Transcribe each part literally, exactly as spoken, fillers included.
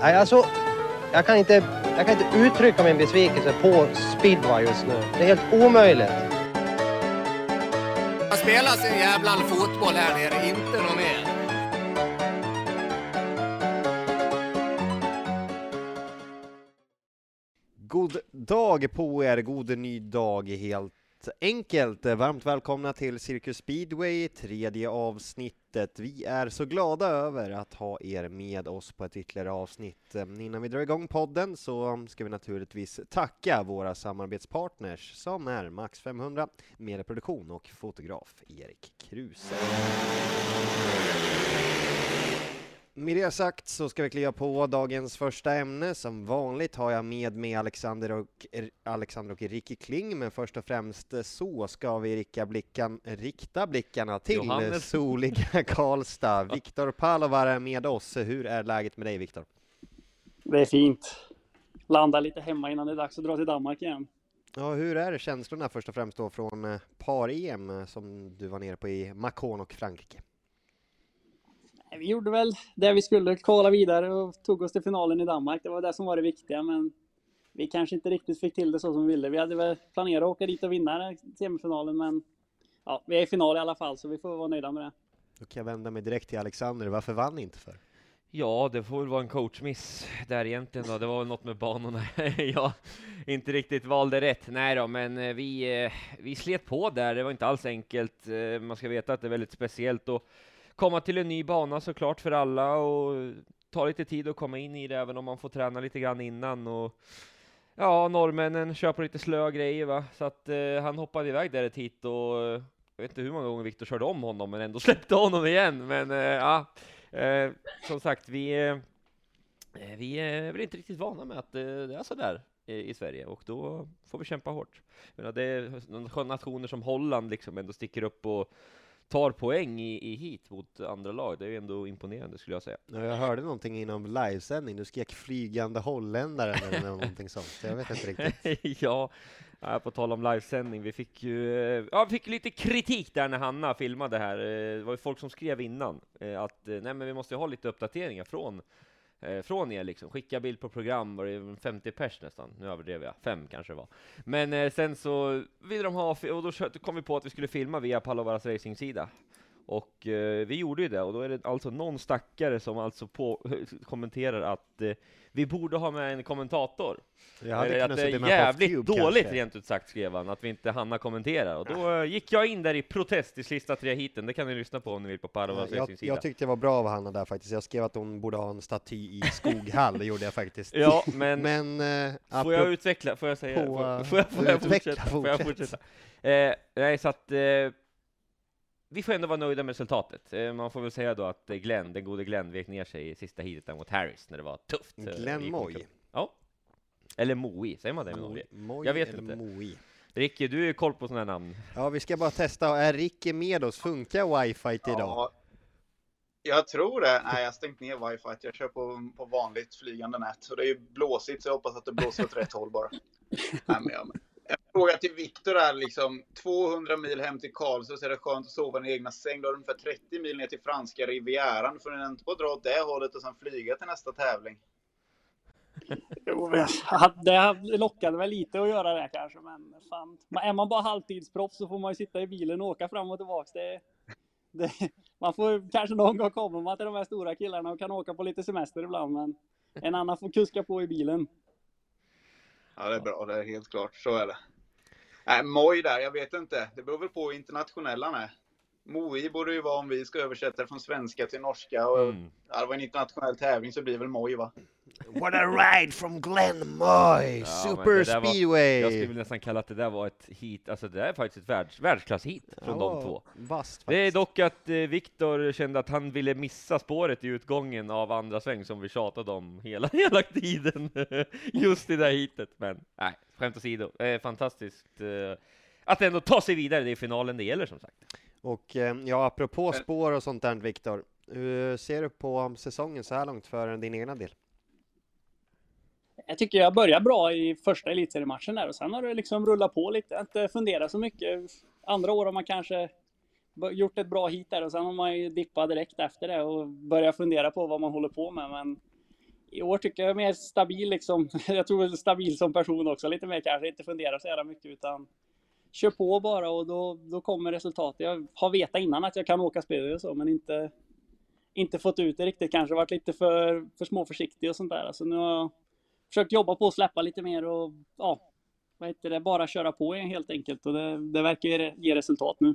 Nej, alltså, jag kan inte, jag kan inte uttrycka min besvikelse på speedway just nu. Det är helt omöjligt. Man spelar sin jävla fotboll här nere, inte någon mer. God dag på er, god ny dag helt enkelt. Varmt välkomna till Cirkus Speedway, tredje avsnittet. Vi är så glada över att ha er med oss på ett ytterligare avsnitt. Innan vi drar igång podden så ska vi naturligtvis tacka våra samarbetspartners som är Max femhundra, medieproduktion och fotograf Erik Kruse. Med det sagt så ska vi kliva på dagens första ämne. Som vanligt har jag med mig Alexander och, Alexander och Ricky Kling. Men först och främst så ska vi rikta, blickan, rikta blickarna till Johannes. Soliga Karlstad. Viktor Palovar är med oss. Hur är läget med dig, Viktor? Det är fint. Landa lite hemma innan det är dags att dra till Danmark igen. Ja, hur är det känslorna först och främst då från par-E M som du var nere på i Macon och Frankrike? Vi gjorde väl det vi skulle, kvala vidare och tog oss till finalen i Danmark. Det var det som var det viktiga, men vi kanske inte riktigt fick till det så som vi ville. Vi hade väl planerat att åka dit och vinna semifinalen, men ja, vi är i final i alla fall, så vi får vara nöjda med det. Då kan jag vända mig direkt till Alexander. Varför vann ni inte för? Ja, det får väl vara en coachmiss där egentligen då. Det var något med banorna. Jag inte riktigt valde rätt. Nej då, men vi, vi slet på där. Det var inte alls enkelt. Man ska veta att det är väldigt speciellt och komma till en ny bana såklart för alla och ta lite tid att komma in i det även om man får träna lite grann innan. Och ja, norrmännen kör på lite slö grejer, va? Så att eh, han hoppade iväg där ett hit och jag vet inte hur många gånger Viktor körde om honom men ändå släppte honom igen. Men eh, ja, eh, som sagt, vi, eh, vi är väl inte riktigt vana med att eh, det är så där i, i Sverige och då får vi kämpa hårt. Men det är nationer som Holland liksom ändå sticker upp och tar poäng i, i hit mot andra lag. Det är ju ändå imponerande skulle jag säga. Ja, jag hörde någonting inom livesändning. Du skrek flygande holländare eller någonting sånt. Jag vet inte riktigt. Ja, på tal om livesändning. Vi fick ju ja, vi fick lite kritik där när Hanna filmade här. Det var ju folk som skrev innan att nej, men vi måste ha lite uppdateringar från från er liksom. Skicka bild på program, var det femtio pers nästan. Nu överdrev jag, fem kanske det var. Men eh, sen så ville de ha, och då kom vi på att vi skulle filma via Palovaras racing-sida. Och eh, vi gjorde ju det, och då är det alltså någon stackare som alltså på, kommenterar att eh, vi borde ha med en kommentator. Jag hade Eller att det är jävligt dåligt kanske. Rent ut sagt skrev han, att vi inte Hanna kommenterar. Och då eh, gick jag in där i protest i sista tre hiten. Det kan ni lyssna på om ni vill på Palovaras ja, racing-sida. Jag tyckte det var bra av Hanna där faktiskt. Jag skrev att hon borde ha en staty i Skoghall, det gjorde jag faktiskt. Ja, men, men eh, får jag utveckla? Får jag säga? På, får, får, jag, får, jag fortsätta? Får jag fortsätta? Eh, nej, så att eh, vi får ändå vara nöjda med resultatet. Eh, man får väl säga då att Glenn, den gode Glenn, vek ner sig i sista heatet mot Harris när det var tufft. Glenn Moy. Ja. Eller Moi, säger man det med Norge? Moy jag vet eller inte. Moi. Ricky, du är koll på sådana här namn. Ja, vi ska bara testa. Är Ricky med oss? Funkar wifi idag? Ja, jag tror det. Nej, jag har stängt ner wifi. Jag kör på, på vanligt flygande nät. Och det är ju blåsigt, så jag hoppas att det blåser åt rätt håll bara. Nej, men jag med. En fråga till Viktor är liksom tvåhundra mil hem till Karlstad, så är det skönt att sova i den egna säng. Då har du ungefär trettio mil ner till franska Rivieran. Får ni inte på att dra åt det hållet och sen flyga till nästa tävling? Jo, det lockade väl lite att göra det kanske, men fan. Är man bara halvtidsproff så får man ju sitta i bilen och åka fram och tillbaka. Det, det, man får kanske någon gång komma man till de här stora killarna och kan åka på lite semester ibland, men en annan får kuska på i bilen. Ja, det är bra, det är helt klart, så är det. Nej, Moj där, jag vet inte. Det beror väl på hur internationella han är. Moi borde ju vara, om vi ska översätta från svenska till norska. Och mm. ja, det var en internationell tävling, så blir väl Moj, va? What a ride from Glenn Moy! Ja, Super Speedway! Var, jag skulle nästan kalla att det där var ett hit. Alltså det är faktiskt ett världs, världsklass-hit från ja, de två. Vast, det är dock att eh, Viktor kände att han ville missa spåret i utgången av andra sväng som vi tjatade om hela, hela tiden. Just i det här hitet. Men nej, skämt åsido. Det är fantastiskt eh, att ändå ta sig vidare. Det är finalen det gäller, som sagt. Och ja, apropå spår och sånt där, Viktor, hur ser du på säsongen så här långt för din egna del? Jag tycker jag börjar bra i första elitseriematchen där, och sen har det liksom rullat på lite, inte fundera så mycket. Andra år har man kanske gjort ett bra hit där, och sen har man ju dippat direkt efter det och börjat fundera på vad man håller på med, men i år tycker jag är mer stabil liksom. Jag tror väl stabil som person också, lite mer kanske, inte fundera så jävla mycket utan kör på bara och då, då kommer resultatet. Jag har vetat innan att jag kan åka speedway och så, men inte, inte fått ut det riktigt, kanske varit lite för, för småförsiktig och sånt där. Alltså nu har jag försökt jobba på att släppa lite mer och ja, vad heter det, bara köra på helt enkelt och det, det verkar ge, ge resultat nu.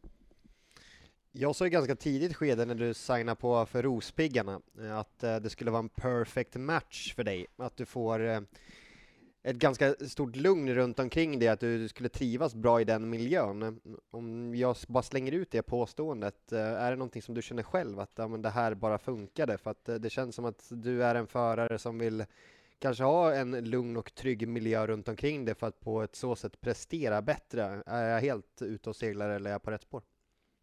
Jag såg ganska tidigt skede när du signade på för Rospiggarna att det skulle vara en perfect match för dig. Att du får ett ganska stort lugn runt omkring dig, att du skulle trivas bra i den miljön. Om jag bara slänger ut det påståendet, är det någonting som du känner själv att ja, men det här bara funkade? För att det känns som att du är en förare som vill kanske ha en lugn och trygg miljö runt omkring dig för att på ett så sätt prestera bättre. Är jag helt ute och seglar eller är jag på rätt spår?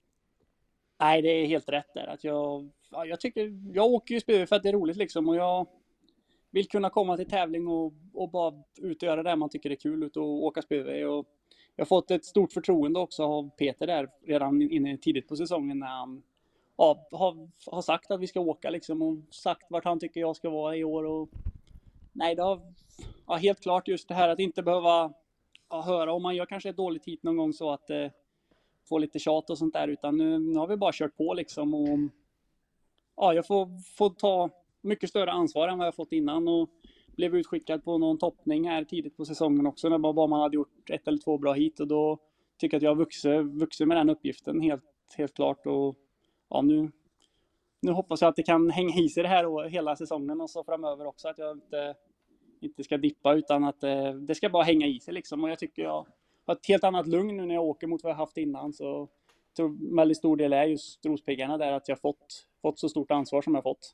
Nej, det är helt rätt där. Att jag, ja, jag tycker, jag åker ju speedway för att det är roligt liksom och jag vill kunna komma till tävling och, och bara utgöra det man tycker är kul ut och åka speedway. Och jag har fått ett stort förtroende också av Peter där redan inne tidigt på säsongen när han ja, har, har sagt att vi ska åka liksom och sagt vart han tycker jag ska vara i år. Och nej, det har ja, helt klart just det här att inte behöva ja, höra om man gör kanske ett dåligt hit någon gång så att eh, få lite tjat och sånt där, utan nu, nu har vi bara kört på liksom och ja, jag får, får ta mycket större ansvar än vad jag fått innan och blev utskickad på någon toppning här tidigt på säsongen också när bara man hade gjort ett eller två bra hit och då tycker jag att jag har vuxit, vuxit med den uppgiften helt, helt klart och ja, nu, nu hoppas jag att det kan hänga i sig det här och hela säsongen och så framöver också, att jag inte, inte ska dippa utan att det, det ska bara hänga i sig liksom och jag tycker jag har ett helt annat lugn nu när jag åker mot vad jag haft innan så jag tror en väldigt stor del är just Rospiggarna där att jag fått, fått så stort ansvar som jag fått.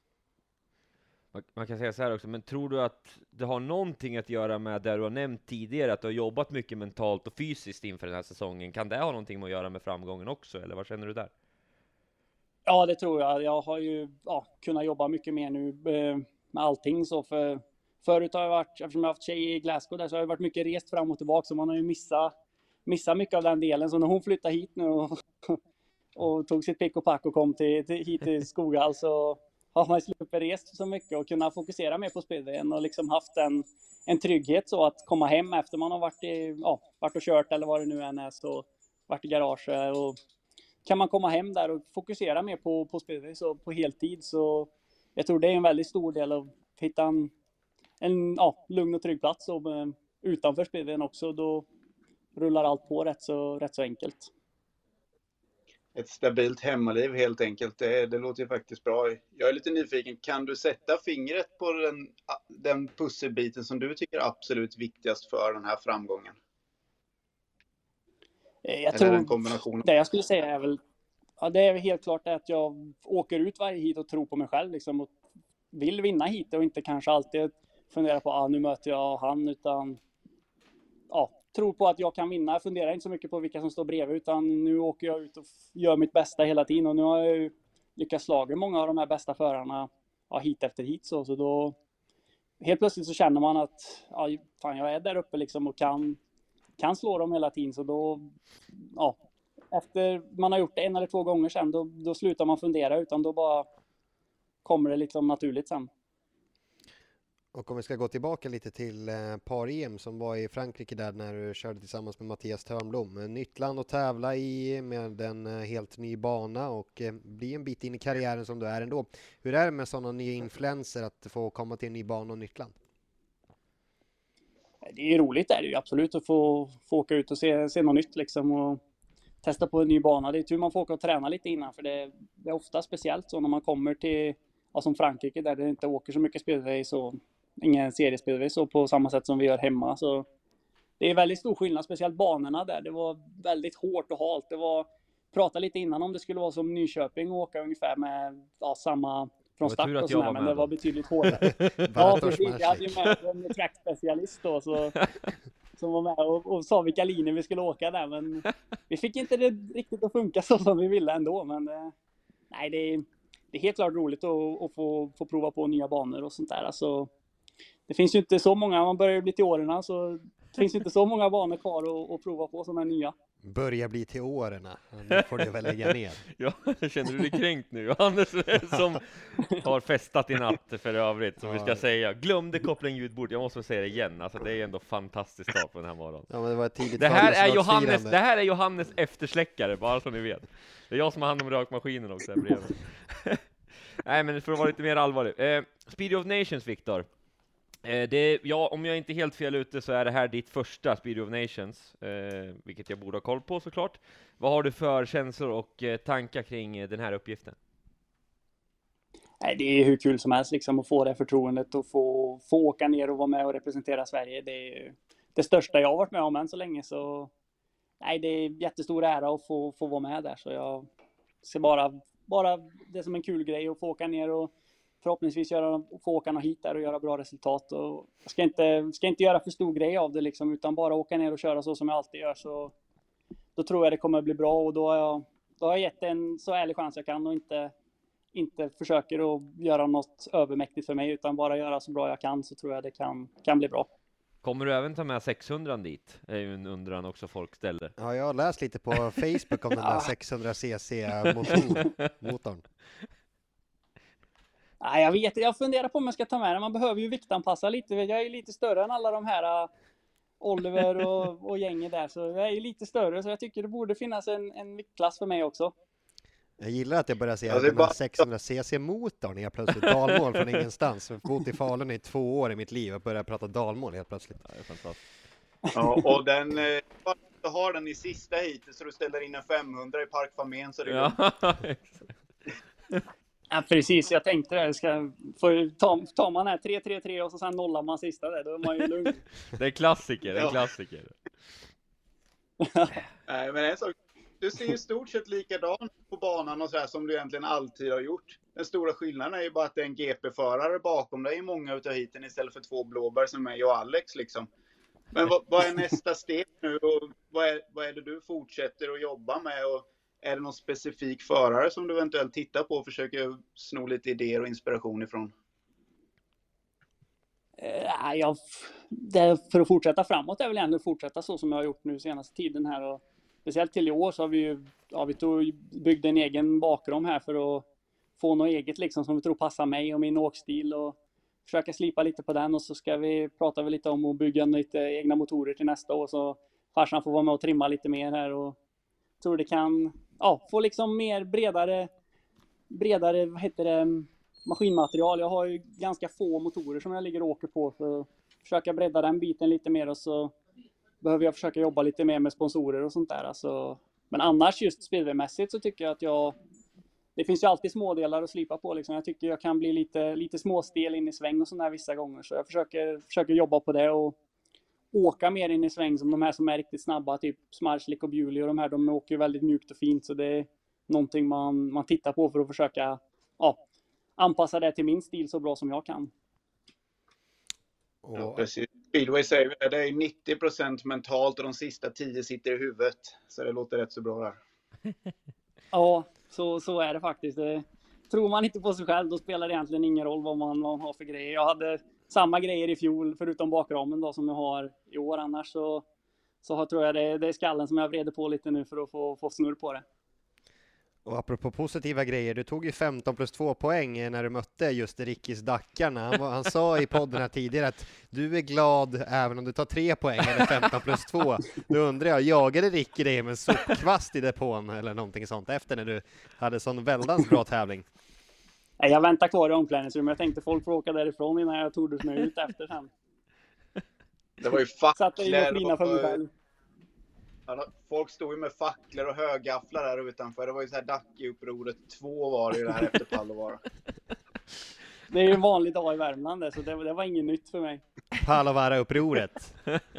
Man kan säga så här också, men tror du att det har någonting att göra med det du har nämnt tidigare, att du har jobbat mycket mentalt och fysiskt inför den här säsongen? Kan det ha någonting med att göra med framgången också, eller vad känner du där? Ja, det tror jag. Jag har ju ja, kunnat jobba mycket mer nu med allting. Så för, förut har jag varit, eftersom jag har haft tjej i Glasgow där, så har jag varit mycket rest fram och tillbaka, så man har ju missat, missat mycket av den delen. Så när hon flyttade hit nu och, och tog sitt pick och pack och kom till, till, hit till Skoghall så har man sluppit rest så mycket och kunna fokusera mer på speedwayen och liksom haft en, en trygghet så att komma hem efter man har varit, i, ja, varit och kört eller vad det nu än är, så varit i garage och kan man komma hem där och fokusera mer på, på speedway så på heltid, så jag tror det är en väldigt stor del av att hitta en, en ja, lugn och trygg plats och, utanför speedwayen också, då rullar allt på rätt så, rätt så enkelt. Ett stabilt hemmaliv helt enkelt, det, det låter ju faktiskt bra. Jag är lite nyfiken, kan du sätta fingret på den, den pusselbiten som du tycker är absolut viktigast för den här framgången? Jag tror, det jag skulle säga är väl, ja, det är helt klart att jag åker ut varje hit och tror på mig själv liksom, och vill vinna hit och inte kanske alltid fundera på ah, nu möter jag han, utan ja, tror på att jag kan vinna. Jag funderar inte så mycket på vilka som står bredvid, utan nu åker jag ut och gör mitt bästa hela tiden, och nu har jag ju lyckats slaga många av de här bästa förarna ja, hit efter hit, så, så då helt plötsligt så känner man att ja, fan, jag är där uppe liksom och kan kan slå dem hela tiden, så då ja, efter man har gjort det en eller två gånger sen, då, då slutar man fundera, utan då bara kommer det liksom naturligt sen. Och om vi ska gå tillbaka lite till eh, par-E M som var i Frankrike där när du körde tillsammans med Mattias Törnblom. Nytt land att tävla i med en eh, helt ny bana och eh, bli en bit in i karriären som du är ändå. Hur är det med sådana nya influenser att få komma till en ny bana och nytt land? Det är roligt, det är det ju absolut att få, få åka ut och se, se något nytt liksom och testa på en ny bana. Det är tur man får åka och träna lite innan, för det, det är ofta speciellt så när man kommer till ja, som Frankrike där det inte åker så mycket speedway, så ingen seriespeedway så på samma sätt som vi gör hemma, så det är väldigt stor skillnad, speciellt banorna där. Det var väldigt hårt och halt. Det var, prata lite innan om det skulle vara som Nyköping och åka ungefär med ja, samma från start och sådär, men det var betydligt hårdare. Ja, precis. Jag hade ju med en trackspecialist då, så, som var med och, och sa vilka linjer vi skulle åka där, men vi fick inte det riktigt att funka så som vi ville ändå, men eh, nej, det är, det är helt klart roligt att, att få, få prova på nya banor och sånt där. Alltså, det finns ju inte så många, man börjar bli till åren, så det finns inte så många banor kvar att, att prova på som är nya. Börjar bli till åren. Nu får du väl lägga ner. Ja, känner du dig kränkt nu? Johannes som har festat i natt för övrigt, som Ja. vi ska säga. Glömde koppla in ljudbord, jag måste säga det igen. Alltså det är ändå fantastiskt start på den här morgonen. Ja, men det var ett tidigt Det här är Johannes, födelsedagsfirande. det här är Johannes eftersläckare, bara så ni vet. Det är jag som har hand om rökmaskinen också här bredvid. Nej, men för att vara lite mer allvarlig. Eh, Speed of Nations, Viktor. Eh, det, ja, om jag inte är helt fel ute så är det här ditt första Speed of Nations, eh, vilket jag borde ha koll på såklart. Vad har du för känslor och eh, tankar kring eh, den här uppgiften? Nej, det är hur kul som helst liksom att få det förtroendet och få, få åka ner och vara med och representera Sverige. Det är det största jag har varit med om än så länge, så nej, det är jättestor ära att få, få vara med där. Så jag ser bara, bara det som en kul grej att få åka ner och förhoppningsvis göra, få åka hit där och göra bra resultat. Och jag ska inte, ska inte göra för stor grej av det liksom, utan bara åka ner och köra så som jag alltid gör. Så då tror jag det kommer att bli bra, och då har jag, då har jag gett en så ärlig chans jag kan och inte, inte försöker att göra något övermäktigt för mig, utan bara göra så bra jag kan, så tror jag det kan, kan bli bra. Kommer du även ta med sexhundra dit? Det är ju en undran också folk ställer. Ja, jag har läst lite på Facebook om den där sexhundra cc motor, motorn. Nej, jag vet, jag funderar på om jag ska ta med den. Man behöver ju viktanpassa lite. Jag är ju lite större än alla de här uh, Oliver och, och gänget där. Så jag är ju lite större, så jag tycker det borde finnas en, en viktklass för mig också. Jag gillar att jag börjar se Ja, att det är den här bara- sexhundra cc motorn är plötsligt dalmål från ingenstans. Jag har bott i Falun i två år i mitt liv och börjar prata dalmål helt plötsligt. Ja, det är fantastiskt. Ja, och den, eh, bara du har den i sista hit så du ställer in en femhundra i Park Famén, så det går. Ja, Ja, precis. Jag tänkte det. Jag ska, för, ta, tar man här tre tre tre och så sen nollar man sista där, då är man ju lugn. det är klassiker, det är Ja. klassiker. Nej, men en sak, du ser ju stort sett likadan på banan och så här som du egentligen alltid har gjort. Den stora skillnaden är ju bara att det är en G P-förare bakom dig i många utav hiten istället för två blåbär som mig och Alex liksom. Men vad, vad är nästa steg nu, och vad är, vad är det du fortsätter att jobba med, och är det någon specifik förare som du eventuellt tittar på och försöker sno lite idéer och inspiration ifrån? Eh, jag, det, för att fortsätta framåt är väl ändå att fortsätta så som jag har gjort nu senaste tiden här. Och speciellt till i år så har vi ju ja, vi tog, byggde en egen bakrom här för att få något eget liksom, som vi tror passar mig och min åkstil, och försöka slipa lite på den. Och så ska vi prata väl lite om att bygga lite egna motorer till nästa år, så farsan får vara med och trimma lite mer här, och tror det kan ja, få liksom mer bredare bredare vad heter det, maskinmaterial. Jag har ju ganska få motorer som jag ligger och åker på, för att försöka bredda den biten lite mer, och så behöver jag försöka jobba lite mer med sponsorer och sånt där. Alltså, men annars just speedwaymässigt så tycker jag att jag det finns ju alltid smådelar att slipa på liksom. Jag tycker jag kan bli lite, lite småstel in i sväng och sånt där vissa gånger, så jag försöker, försöker jobba på det och åka mer in i sväng som de här som är riktigt snabba, typ Smarslik och Bewley, och de här, de åker ju väldigt mjukt och fint, så det är någonting man, man tittar på för att försöka ja, anpassa det till min stil så bra som jag kan. Och, Ja, precis. Speedway säger vi, det är nittio procent mentalt och de sista tio sitter i huvudet. Så det låter rätt så bra där. Ja, så, så är det faktiskt. Det, tror man inte på sig själv, då spelar det egentligen ingen roll vad man, vad man har för grejer. Jag hade samma grejer i fjol, förutom bakramen då, som jag har i år. Annars så, så har, tror jag det, det är skallen som jag vreder på lite nu för att få, få snurr på det. och apropå positiva grejer, du tog ju femton plus två poäng när du mötte just Rickis Dackarna. Han, var, han sa i podden här tidigare att du är glad även om du tar tre poäng eller femton plus två. Då undrar jag, jagade Ricky dig med en sopkvast i depån eller någonting sånt efter när du hade sån väldans bra tävling? Nej, jag väntar kvar i omklädningsrummet. Jag tänkte folk får åka därifrån innan jag tog mig ut efter sen. Det var ju Satt i och flina för mig facklor. själv. Ja, folk stod ju med facklor och högafflar där utanför. Det var ju så här Dacke-upproret två var det ju där efter Pallovara. Det är ju en vanlig dag i Värmland där, så det, det var inget nytt för mig. Palovara-upproret.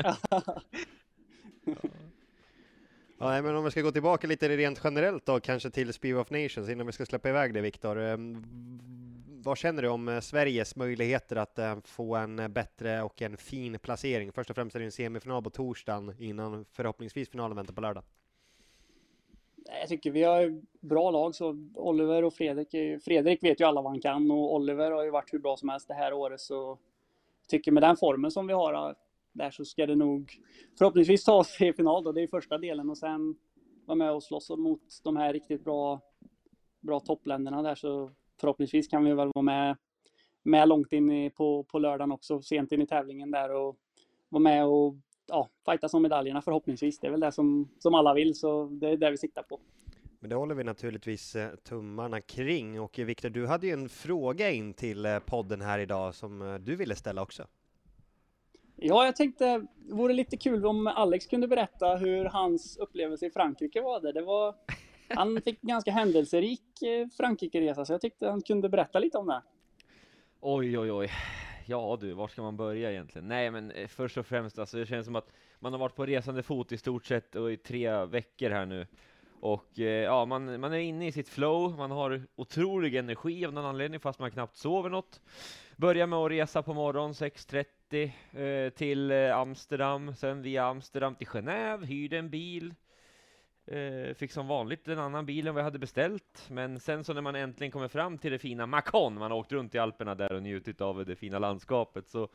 Ja, nej, men om vi ska gå tillbaka lite rent generellt då, kanske till Speed of Nations innan vi ska släppa iväg det, Viktor. Um, vad känner du om uh, Sveriges möjligheter att uh, få en bättre och en fin placering? Först och främst är det en semifinal på torsdagen innan förhoppningsvis finalen väntar på lördag. Jag tycker vi har bra lag, så Oliver och Fredrik, är, Fredrik vet ju alla vad han kan, och Oliver har ju varit hur bra som helst det här året, så jag tycker med den formen som vi har där så ska det nog förhoppningsvis ta oss i final då. Det är första delen och sen vara med och slåss mot de här riktigt bra, bra toppländerna där. Så förhoppningsvis kan vi väl vara med, med långt in i, på, på lördagen också, sent in i tävlingen där och vara med och ja, fightas om medaljerna förhoppningsvis. Det är väl det som, som alla vill, så det är det vi siktar på. Men det håller vi naturligtvis tummarna kring. Och Viktor, du hade ju en fråga in till podden här idag som du ville ställa också. Ja, jag tänkte det vore lite kul om Alex kunde berätta hur hans upplevelse i Frankrike var det. Det var han fick ganska händelserik Frankrike-resa, så jag tyckte han kunde berätta lite om det. Oj, oj, oj. Ja du, var ska man börja egentligen? Nej, men först och främst, alltså, det känns som att man har varit på resande fot i stort sett och i tre veckor här nu. Och eh, ja, man, man är inne i sitt flow, man har otrolig energi av någon anledning fast man knappt sover något. Börjar med att resa på morgon sex trettio eh, till eh, Amsterdam, sen via Amsterdam till Genève, hyrde en bil. Eh, fick som vanligt en annan bil än vad jag hade beställt. Men sen så när man äntligen kommer fram till det fina Macon, man har åkt runt i Alperna där och njutit av det fina landskapet, så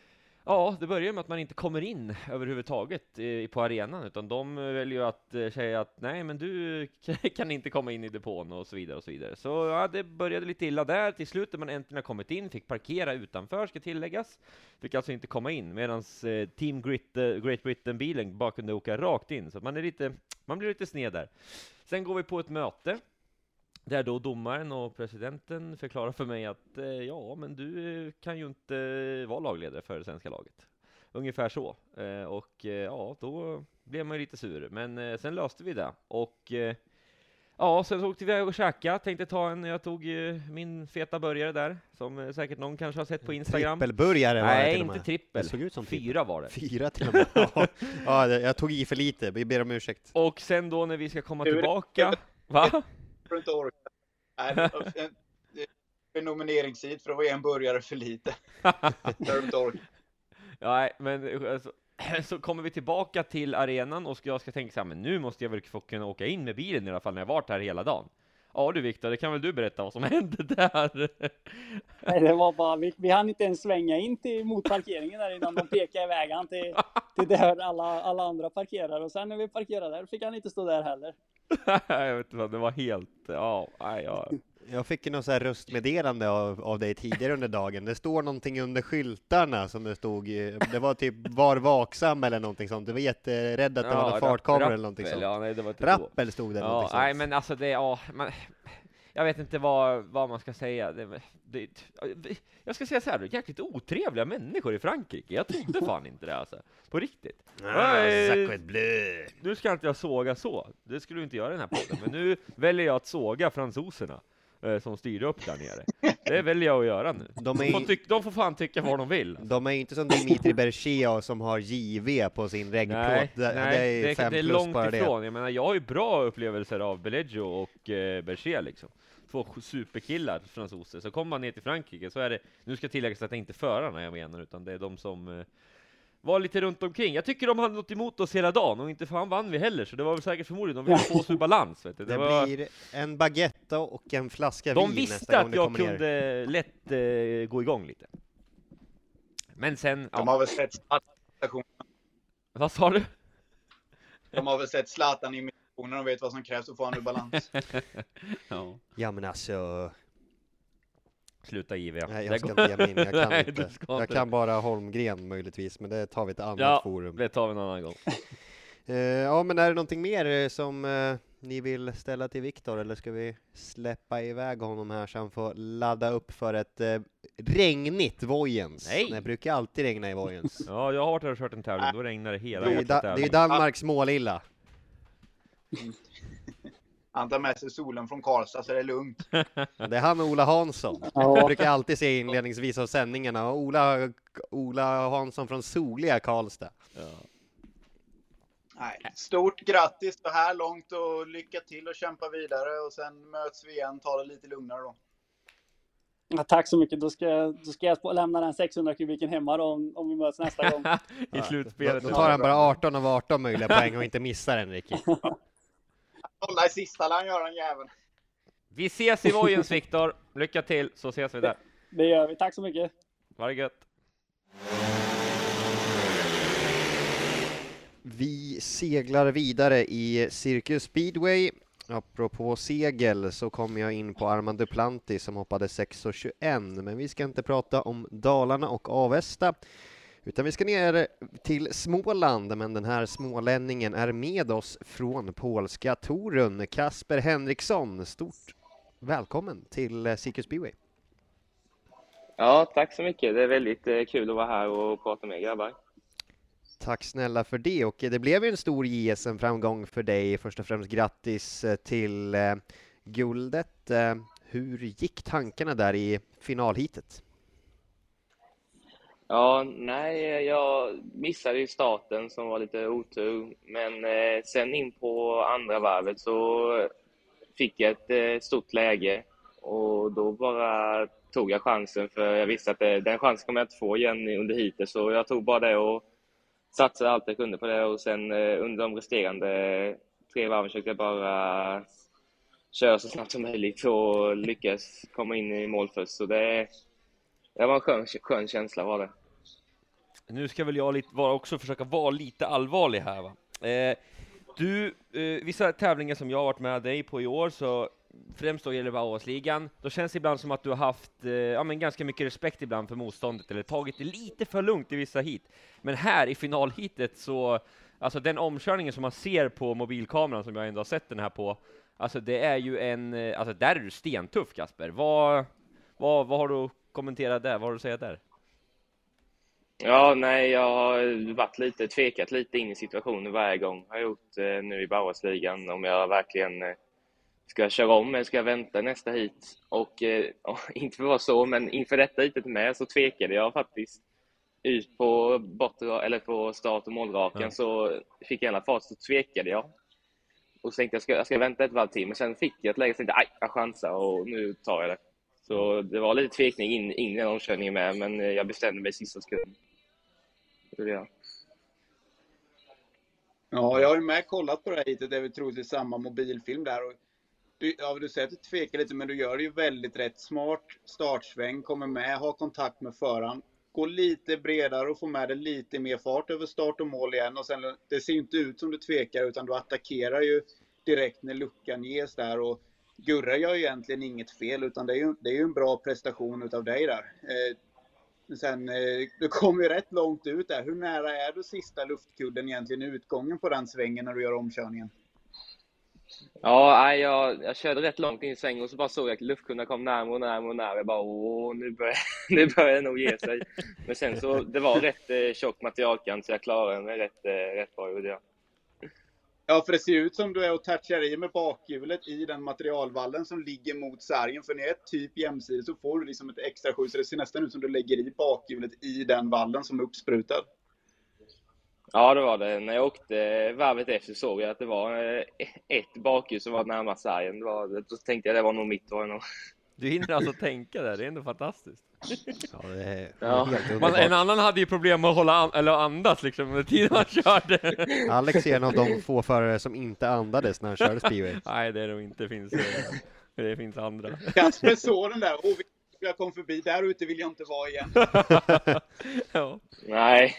ja, det börjar med att man inte kommer in överhuvudtaget eh, på arenan, utan de väljer ju att eh, säga att nej, men du kan inte komma in i depån och så vidare och så vidare. Så ja, det började lite illa där. Till slut när man äntligen har kommit in, fick parkera utanför, ska tilläggas. Fick alltså inte komma in, medan eh, Team Grit, eh, Great Britain-bilen bara kunde åka rakt in. Så man är lite, man blir lite sned där. Sen går vi på ett möte där då domaren och presidenten förklarar för mig att eh, ja, men du kan ju inte vara lagledare för det svenska laget. Ungefär så. Eh, och eh, ja, då blev man ju lite sur. Men eh, sen löste vi det. Och eh, ja, sen så åkte vi iväg och käka. Tänkte ta en, jag tog eh, min feta burgare där, som eh, säkert någon kanske har sett på Instagram. Trippelburgare var det. Nej, till och inte med. trippel. Det såg ut som Fyra trippel. var det. Fyra till och med. Ja, ja, det- jag tog i för lite. Vi ber om ursäkt. Och sen då när vi ska komma Hur är det? tillbaka. Va? För att inte orka. Nej, det är en, det är en nomineringstid för att vara en burgare för lite. För att inte orka. Nej, men alltså, så kommer vi tillbaka till arenan och jag ska tänka så här, men nu måste jag väl få kunna åka in med bilen i alla fall när jag varit här hela dagen. Ja du Viktor, det kan väl du berätta vad som hände där? Nej, det var bara, vi, vi hann inte ens svänga in till, mot parkeringen där innan de pekade iväg han till, till där alla, alla andra parkerar. Och sen när vi parkerade där fick han inte stå där heller. Jag vet inte vad, det var helt, ja, nej, ja. Jag fick ju något så här röstmeddelande av, av dig tidigare under dagen. Det står någonting under skyltarna som det stod, eh, det var typ var vaksam eller någonting sånt. Du var jätterädd att det var någon fartkamera eller någonting sånt. Ja, nej, det var inte Rappel stod det eller Ja, någonting nej sånt. men alltså det, ja, man, jag vet inte vad, vad man ska säga. Det, det, jag ska säga så här, det är jäkligt otrevliga människor i Frankrike. Jag trodde fan inte det alltså. På riktigt. Ah, Nej, sacred bleu. nu ska inte jag såga så. Det skulle du inte göra i den här podden. Men nu väljer jag att såga fransoserna eh, som styr upp där nere. Det väljer jag att göra nu. De De är, får, tyck, de får fan tycka vad de vill. de är ju inte som Dimitri Berchia som har J V på sin regnplåt. Nej, det, nej, det är det, fem det är plus långt bara ifrån. Jag menar, jag har ju bra upplevelser av Beleggio och eh, Berger liksom. Två superkillar fransoser. Så kommer man ner till Frankrike så är det, nu ska tilläggas att det inte är förarna jag menar, utan det är de som eh, var lite runt omkring. Jag tycker de hade något emot oss hela dagen och inte fan vann vi heller, så det var väl säkert förmodligen de ville få oss ur balans, vet du. Det, Det var, blir en baguette och en flaska de vin visste nästa gång att det jag kommer ner. kunde lätt eh, gå igång lite. Men sen, De ja, har väl sett Zlatan, vad sa du? de har väl sett Zlatan i missionen och vet vad som krävs att få honom ur balans. Ja. Ja men alltså, Sluta J V. nej, Det jag ska går- inte ge mig in, jag kan Nej, inte. du ska Jag inte. kan bara Holmgren möjligtvis, men det tar vi ett annat Ja, forum. det tar vi en annan gång. Eh, ja, men är det någonting mer eh, som eh, ni vill ställa till Viktor, eller ska vi släppa iväg honom här så han får ladda upp för ett eh, regnigt Vojens? Nej. Det brukar alltid regna i Vojens. Ja, jag har varit här och kört en tävling, då regnar det hela Det är ju jäkla da- det är ju tävlingen. Danmarks Målilla. Han tar med sig solen från Karlstad så det är lugnt. Det är han och Ola Hansson. Ja. Jag brukar alltid se inledningsvis av sändningarna. Och Ola, Ola Hansson från soliga Karlstad. Ja. Nej, stort grattis så här långt och lycka till och kämpa vidare och sen möts vi igen, ta det lite lugnare då. Ja, tack så mycket. Då ska, då ska jag lämna den sexhundra kubiken hemma då, om, om vi möts nästa gång. I slutspelet. Då, då tar han bara arton av arton möjliga poäng och inte missar en, Ricky. Hålla i sista län gör han jäveln. Vi ses i Vojens, Viktor. Lycka till, så ses vi där. Det gör vi. Tack så mycket. Ha det gött. Vi seglar vidare i Cirkus Speedway. Apropå segel så kom jag in på Armand Duplantis som hoppade sex och tjugoett, men vi ska inte prata om Dalarna och Avesta, utan vi ska ner till Småland, men den här smålänningen är med oss från polska Torun, Kasper Henriksson. Stort välkommen till Cirkus Speedway. Ja, tack så mycket. Det är väldigt eh, kul att vara här och prata med grabbar. Tack snälla för det, och det blev ju en stor J S M-framgång för dig. Först och främst grattis till eh, guldet. Eh, hur gick tankarna där i finalhitet? Ja, nej, jag missade ju starten som var lite otur. Men eh, sen in på andra varvet så fick jag ett eh, stort läge. Och då bara tog jag chansen, för jag visste att det, den chansen kommer jag inte få igen under hitet. Så jag tog bara det och satsade allt jag kunde på det, och sen eh, under de resterande tre varven försökte jag bara köra så snabbt som möjligt och lyckas komma in i mål först. Så det, det var en skön, skön känsla var det. Nu ska väl jag lite, vara också försöka vara lite allvarlig här, va? Eh, du, eh, vissa tävlingar som jag har varit med dig på i år, så främst då gäller det Bauhausligan, då känns det ibland som att du har haft eh, ja, men ganska mycket respekt ibland för motståndet, eller tagit det lite för lugnt i vissa hit. Men här i finalhitet så, alltså den omkörningen som man ser på mobilkameran, som jag ändå har sett den här på, alltså det är ju en, eh, alltså där är du stentuff, Kasper. Vad, vad, vad har du att kommentera där? Vad har du att säga där? Ja, nej, jag har varit lite tvekat lite in i situationen varje gång. Jag har gjort eh, nu i Bauhausligan, om jag verkligen eh, ska jag köra om eller ska jag vänta nästa hit? Och eh, inte för att vara så, men inför detta hitet med så tvekade jag faktiskt ut på bortre, eller på start- och målraken. Ja. Så fick jag i alla fall, så tvekade jag. Och så tänkte jag, ska, jag ska vänta ett varv till. Men sen fick jag ett läge och tänkte, aj, jag chansar och nu tar jag det. Så det var lite tvekning in, in i den omkörningen med, men jag bestämde mig i sista sekund. Det jag. Ja, jag har ju med kollat på det här hitet, det är väl troligtvis samma mobilfilm där. Och du, ja, du säger att du tvekar lite, men du gör det ju väldigt rätt. Smart startsväng, kommer med, har kontakt med föraren. Gå lite bredare och få med det lite mer fart över start och mål igen. Och sen, det ser ju inte ut som du tvekar, utan du attackerar ju direkt när luckan ges där. Och Gurra gör ju egentligen inget fel, utan det är ju, det är ju en bra prestation utav dig där. Eh, sen, eh, du kommer ju rätt långt ut där. Hur nära är du sista luftkudden egentligen, utgången på den svängen när du gör omkörningen? Ja, jag, jag körde rätt långt in i svängen och så bara såg jag att luftkunderna kom närmare och närmare och närmare. Jag bara, åh, nu börjar, nu börjar det nog ge sig. Men sen så, det var rätt eh, tjock materialkant, så jag klarade mig rätt, eh, rätt bra, gjorde jag. Ja, för det ser ut som du är och touchar i med bakhjulet i den materialvallen som ligger mot sargen. För när det är typ jämsides så får du liksom ett extra skjuts. Så det ser nästan ut som du lägger i bakhjulet i den vallen som är uppsprutad. Ja, det var det. När jag åkte varvet efter såg jag att det var ett bakhjul som var närmast sargen. Det var, då tänkte jag att det var nog mitt. Var nog. Du hinner alltså tänka där, det är ändå fantastiskt. Ja, det är ja. helt Man, en annan hade ju problem med att hålla an, eller andas liksom under tiden han körde. Alex är en av de få förare som inte andades när han körde speedway. Nej, det är nog inte, finns det finns andra. Kasper såg den där, åh, jag kom förbi, där ute vill jag inte vara igen. Ja. Nej.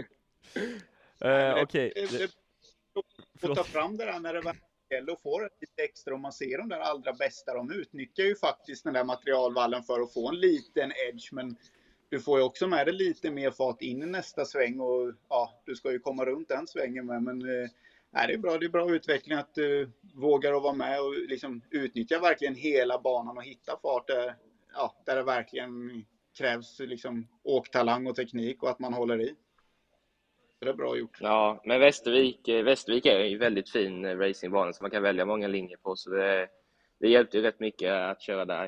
uh, Okej. Okay. Att ta fram det där när det var och får lite extra, om man ser de där allra bästa, de utnyttjar ju faktiskt den där materialvallen för att få en liten edge, men du får ju också med det lite mer fart in i nästa sväng, och ja, du ska ju komma runt den svängen med, men eh, det är bra, det är bra utveckling att du uh, vågar att vara med och liksom utnyttja verkligen hela banan och hitta fart där, ja, där det verkligen krävs liksom åktalang och teknik och att man håller i. Det är bra gjort. Ja, men Västervik, Västervik är ju väldigt fin racingbana, så man kan välja många linjer på, så det, det hjälpte ju rätt mycket att köra där.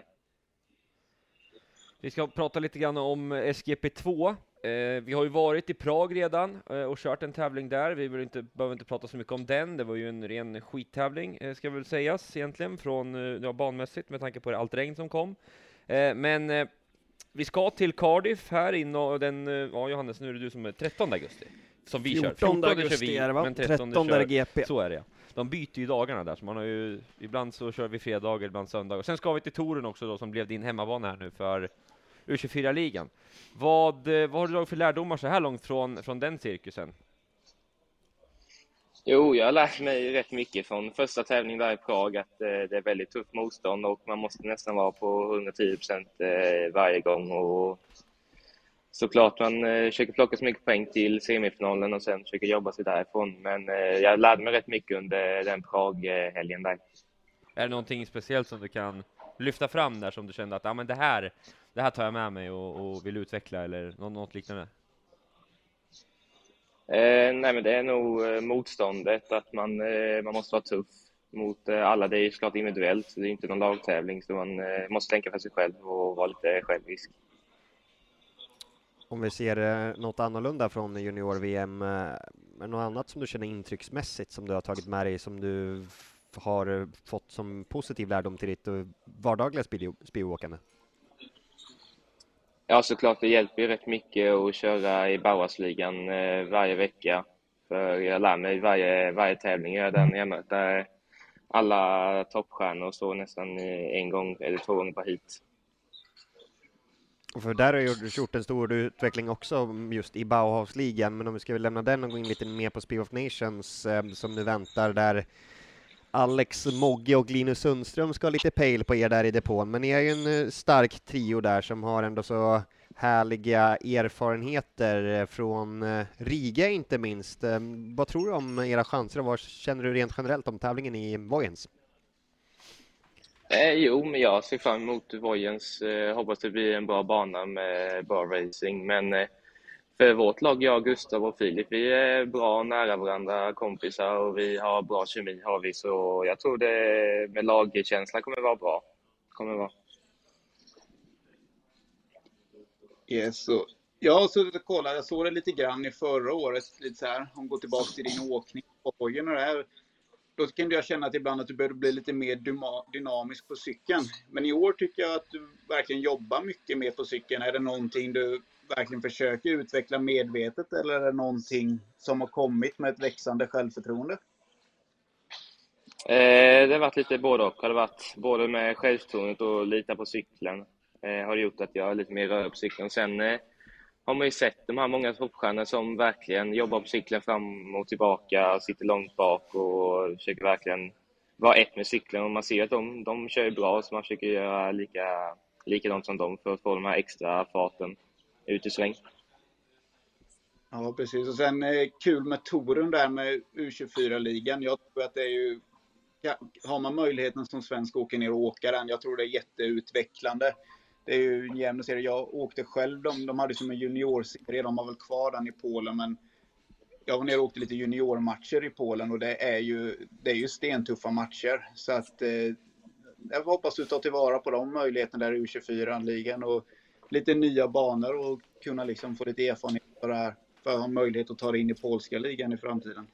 Vi ska prata lite grann om S G P två. Eh, vi har ju varit i Prag redan eh, och kört en tävling där. Vi vill inte, behöver inte prata så mycket om den. Det var ju en ren skittävling, eh, ska väl sägas egentligen, från eh, ja, banmässigt med tanke på allt regn som kom. Eh, men eh, vi ska till Cardiff här inne, den, eh, ja Johannes, nu är det du som är trettonde augusti. Som vi kör. fjortonde augusti är det, va? Men trettonde, trettonde kör, G P. Så är det, ja. De byter ju dagarna där, så man har ju, ibland så kör vi fredagar, ibland söndagar. Sen ska vi till Torun också då, som blev din hemmabana här nu för U tjugofyra-ligan. Vad, vad har du dragit för lärdomar så här långt från, från den cirkusen? Jo, jag har lärt mig rätt mycket från första tävlingen där i Prag att eh, det är väldigt tufft motstånd och man måste nästan vara på hundratio procent eh, varje gång. Och såklart man eh, försöker plocka så mycket poäng till semifinalen och sen försöker jobba sig därifrån. Men eh, jag lärde mig rätt mycket under den Prag-helgen där. Är det någonting speciellt som du kan lyfta fram där som du kände att ah, men det, här, det här tar jag med mig och, och vill utveckla eller något, något liknande? Eh, nej men det är nog eh, motståndet, att man, eh, man måste vara tuff mot eh, alla. Det är ju såklart individuellt, så det är inte någon lagtävling, så man eh, måste tänka för sig själv och vara lite självisk. Om vi ser eh, något annorlunda från junior-V M, eh, är något annat som du känner intrycksmässigt som du har tagit med dig, som du f- har fått som positiv lärdom till ditt eh, vardagliga speed- speedåkande? Ja, såklart det hjälper ju rätt mycket att köra i Bauhausligan eh, varje vecka. För jag lär mig varje, varje tävling jag är där när jag möter alla toppstjärnor och så nästan eh, en gång eller två gånger på hit. Och för där har du gjort en stor utveckling också just i Bauhausligan, men om vi ska lämna den och gå in lite mer på Speed of Nations eh, som nu väntar, där Alex Mogge och Linus Sundström ska ha lite pejl på er där i depån, men ni är ju en eh, stark trio där som har ändå så härliga erfarenheter från eh, Riga inte minst. Eh, vad tror du om era chanser och vad känner du rent generellt om tävlingen i Vojens? Eh, jo, men jag ser fram emot Vojens. Eh, hoppas det blir en bra bana med bra racing. Men eh, för vårt lag, jag, Gustav och Filip, vi är bra nära varandra kompisar och vi har bra kemi har vi. Så jag tror det med lagkänsla kommer vara bra. Kommer vara. Yes, så. Jag har suttit och kollat, jag såg det lite grann i förra året, lite så här, om går tillbaka till din åkning på hojen och det här. Då kan jag känna att ibland att du behöver bli lite mer dyma- dynamisk på cykeln. Men i år tycker jag att du verkligen jobbar mycket mer på cykeln. Är det någonting du verkligen försöker utveckla medvetet, eller är det någonting som har kommit med ett växande självförtroende? Eh, det har varit lite både och. Har det varit både med självförtroendet och lita på cykeln. Eh, har det gjort att jag är lite mer rör på cykeln. Sen eh, har man ju sett de här många toppstjärnor som verkligen jobbar på cykeln fram och tillbaka, sitter långt bak och försöker verkligen vara ett med cykeln. Och man ser att de, de kör bra, så man försöker göra lika, likadant som dem för att få de här extra farten ut i sväng. Ja, precis. Och sen eh, kul med touren där med U tjugofyra-ligan. Jag tror att det är ju, har man möjligheten som svensk åker ner och åka den, jag tror det är jätteutvecklande. Det är ju en jämn serie. Jag åkte själv, de, de hade som en juniorserie, de har väl kvar den i Polen, men jag var ner och åkte lite juniormatcher i Polen och det är ju, det är ju stentuffa matcher. Så att eh, jag hoppas du tar tillvara på de möjligheterna där i U tjugofyra-ligan och lite nya banor och kunna liksom få lite erfarenhet av det här för att ha möjlighet att ta det in i polska ligan i framtiden.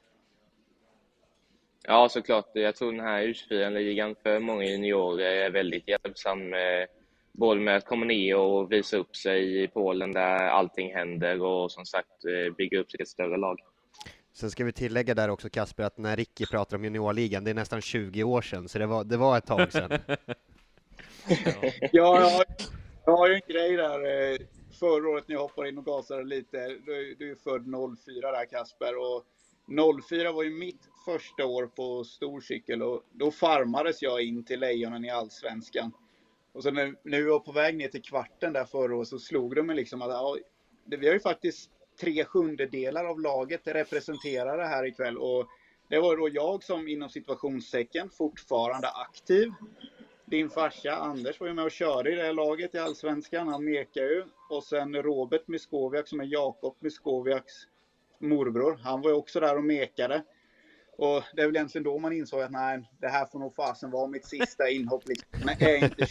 Ja, såklart. Jag tror den här U tjugofyra-ligan för många juniorer är väldigt hjälpsam. Eh, både med att komma ner och visa upp sig i Polen där allting händer och som sagt bygga upp sig ett större lag. Sen ska vi tillägga där också, Kasper, att när Ricky pratar om juniorligan, det är nästan tjugo år sedan, så det var, det var ett tag sedan. Ja, jag har, jag har ju en grej där. Förra året när jag hoppade in och gasade lite, du, du är född noll fyra där, Kasper, och noll fyra var ju mitt första år på storcykel och då farmades jag in till Lejonen i Allsvenskan. Och så när, när vi var på väg ner till kvarten där förra året så slog de mig liksom att ja, det, vi har ju faktiskt tre sjundedelar av laget representerade här ikväll. Och det var då jag som inom situationstecken fortfarande aktiv. Din farsa Anders var ju med och körde i det här laget i Allsvenskan, han mekar ju. Och sen Robert Miskowiak som är Jakob Miskowiaks morbror, han var ju också där och mekade. Och det är väl egentligen då man insåg att nej, det här får nog fasen vara mitt sista inhopp liksom. Men är inte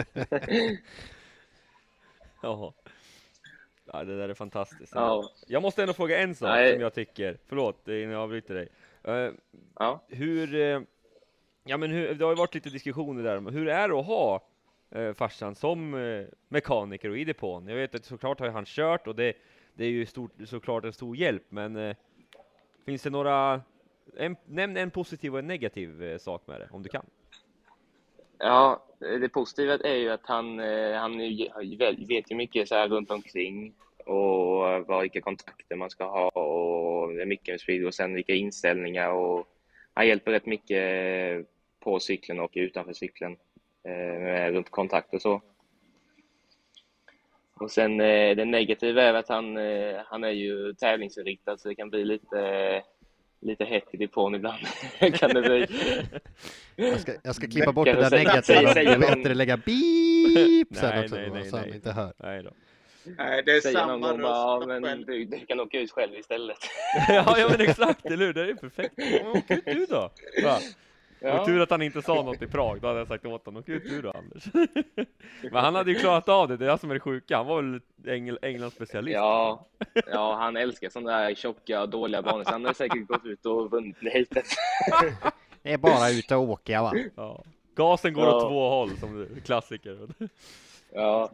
Jaha. Ja, det där är fantastiskt. Ja. Jag måste ändå fråga en sak Nej. som jag tycker. Förlåt, innan jag avbryter dig. Uh, Ja. hur, uh, ja men hur, det har ju varit lite diskussioner där. Men hur är det att ha uh, farsan som uh, mekaniker och i depån? Jag vet att såklart har han kört och det, det är ju stort, såklart en stor hjälp. Men uh, finns det några... En, nämn en positiv och en negativ uh, sak med det, om du kan. Ja, det positiva är ju att han, eh, han vet ju mycket så här runt omkring. och vad, vilka kontakter man ska ha och det är mycket med speed och sen vilka inställningar och han hjälper rätt mycket på cykeln och utanför cykeln eh, runt kontakt och så. Och sen eh, det negativa är att han, eh, han är ju tävlingsinriktad så det kan bli lite, eh, lite hett i depån ibland. kan det bli. Jag ska, jag ska klippa bort det Kanske där säga- negativa. säga Jag någon- bättre lägga beep sen Nej, också nej, då, nej, så han nej. inte hör. Nej då. Nej, det är Säger någon samma gång bara, röst ja, men själv. du, du kan åka ut själv istället. ja, ja, men exakt, eller hur? Det är ju perfekt. Ja, men åk ut du då. Va? Ja. Och tur att han inte sa något i Prag, då hade jag sagt åt honom, åk ut du då, Anders. Men han hade ju klarat av det, det är jag som är det sjuka. Han var väl Engl- Englands specialist. Ja, ja, han älskar sådana där tjocka och dåliga banor. Så han har säkert gått ut och vunnit heatet. Det är bara ut och åka, va? Ja. Gasen går Ja. åt två håll, som det- klassiker. Ja.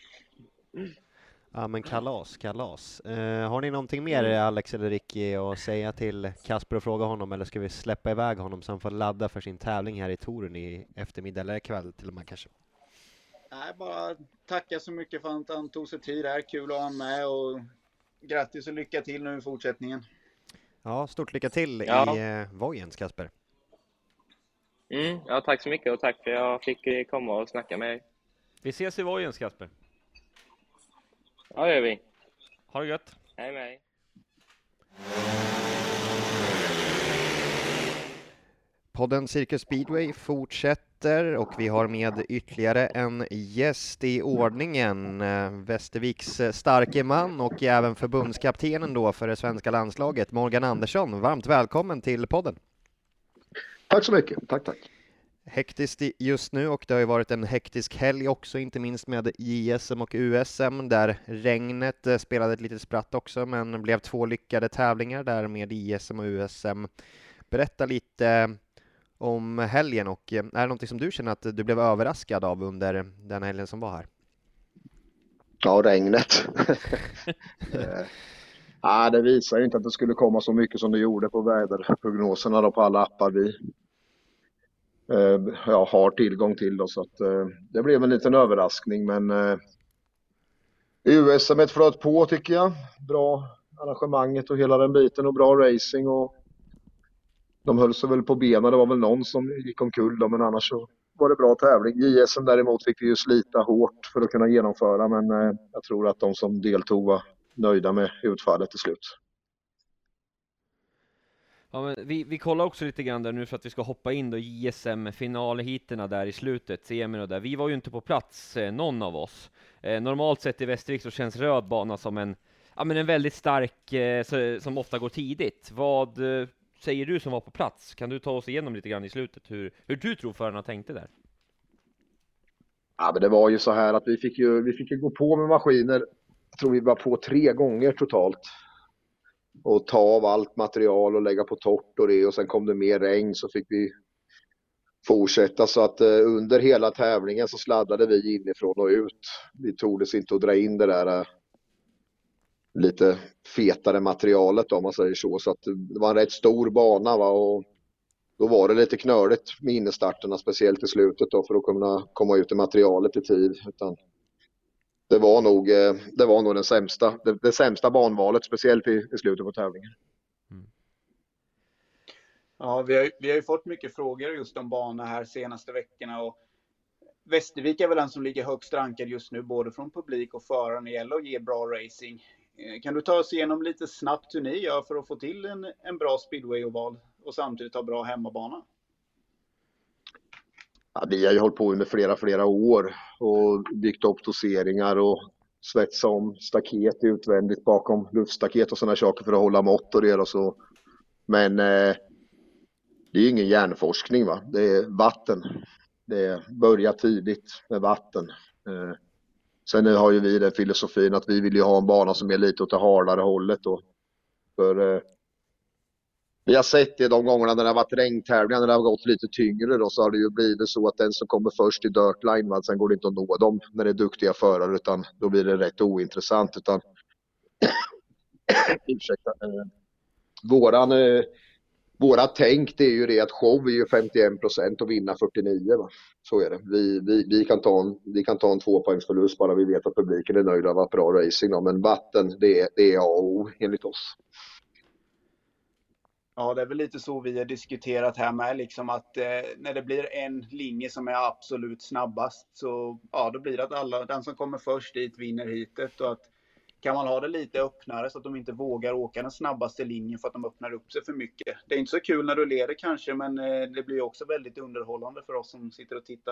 Ja, men kalas, kalas. Eh, har ni någonting mer, Alex eller Ricky, att säga till Kasper och fråga honom, eller ska vi släppa iväg honom så han får ladda för sin tävling här i touren i eftermiddag eller kväll till och med kanske? Nej, bara tacka så mycket för att han tog sig tid här. Kul att ha han med och grattis och lycka till nu i fortsättningen. Ja, stort lycka till Ja. i eh, Vojens, Kasper. Mm, ja, tack så mycket och tack för att jag fick eh, komma och snacka med er. Vi ses i Vojens, Kasper. Ja, det gör vi. Ha det gött. Hej med er. Podden Cirkus Speedway fortsätter och vi har med ytterligare en gäst i ordningen. eh, Västerviks eh, starke man och även förbundskaptenen då för det svenska landslaget, Morgan Andersson. Varmt välkommen till podden. Tack så mycket. Tack, tack. Hektiskt i- just nu, och det har ju varit en hektisk helg också, inte minst med J S M och U S M där regnet eh, spelade ett litet spratt också, men blev två lyckade tävlingar där med J S M och U S M. Berätta lite eh, om helgen, och eh, är det någonting som du känner att du blev överraskad av under den helgen som var här? Ja, regnet. Eh, ja, det visar ju inte att det skulle komma så mycket som det gjorde på väderprognoserna då på alla appar vi eh, ja, har tillgång till. Då, så att, eh, det blev en liten överraskning, men eh, U S M flöt på tycker jag. Bra arrangemanget och hela den biten och bra racing, och de höll sig väl på benen. Det var väl någon som gick omkull då, men annars så var det bra tävling. J S M däremot fick vi ju slita hårt för att kunna genomföra, men eh, jag tror att de som deltog var nöjda med utfallet till slut. Ja, men vi, vi kollar också lite grann där nu för att vi ska hoppa in då i J S M-finalheaterna där i slutet, semin och där. Vi var ju inte på plats, eh, någon av oss. Eh, normalt sett i Västervik så känns röd bana som en, ja, men en väldigt stark, eh, så, som ofta går tidigt. Vad eh, säger du som var på plats? Kan du ta oss igenom lite grann i slutet hur, hur du tror förarna tänkte där? Ja, men det var ju så här att vi fick ju, vi fick ju gå på med maskiner. Jag tror vi var på tre gånger totalt. Och ta av allt material och lägga på torrt och det. Och sen kom det mer regn, så fick vi fortsätta. Så att eh, under hela tävlingen så sladdade vi inifrån och ut. Vi tordes inte att dra in det där eh, lite fetare materialet om man säger så. Så att det var en rätt stor bana, va, och då var det lite knöligt med innestarterna, speciellt i slutet då, för att kunna komma ut i materialet i tid. Utan det var nog, eh, det var nog den sämsta, det, det sämsta banvalet, speciellt i, i slutet på tävlingen. Ja, vi har, vi har ju fått mycket frågor just om bana här senaste veckorna, och Västervik är väl den som ligger högst rankad just nu, både från publik och förare när det gäller att ge bra racing. Eh, Kan du ta oss igenom lite snabbt hur ni gör för att få till en, en bra speedway-oval och samtidigt ha bra hemmabana? Ja, vi har ju hållit på under flera, flera år och byggt upp doseringar och svetsat om staket utvändigt bakom luftstaket och sådana saker för att hålla mått och det och så. Men eh, det är ingen hjärnforskning, va? Det är vatten. Det börjar tidigt med vatten. Eh, sen har ju vi den filosofin att vi vill ju ha en bana som är lite åt det hardare hållet då. För eh, vi har sett det de gångerna när det har varit regntävlingar, när det har gått lite tyngre då, så har det ju blivit så att den som kommer först i dirtline, va, sen går det inte att nå dem när det är duktiga förare, utan då blir det rätt ointressant. Utan ursäkta, eh, våran, eh, våra tänk det är ju det att show är ju femtioen procent och vinna fyrtionio. Va? Så är det. Vi, vi, vi, kan ta en, vi kan ta en tvåpoängsförlust bara vi vet att publiken är nöjd av att bra racing. Då. Men vatten, det är, det är A och O enligt oss. Ja, det är väl lite så vi har diskuterat här med, liksom att eh, när det blir en linje som är absolut snabbast så ja, då blir det att alla, den som kommer först dit vinner hitet, och att kan man ha det lite öppnare så att de inte vågar åka den snabbaste linjen för att de öppnar upp sig för mycket. Det är inte så kul när du leder kanske, men eh, det blir också väldigt underhållande för oss som sitter och tittar.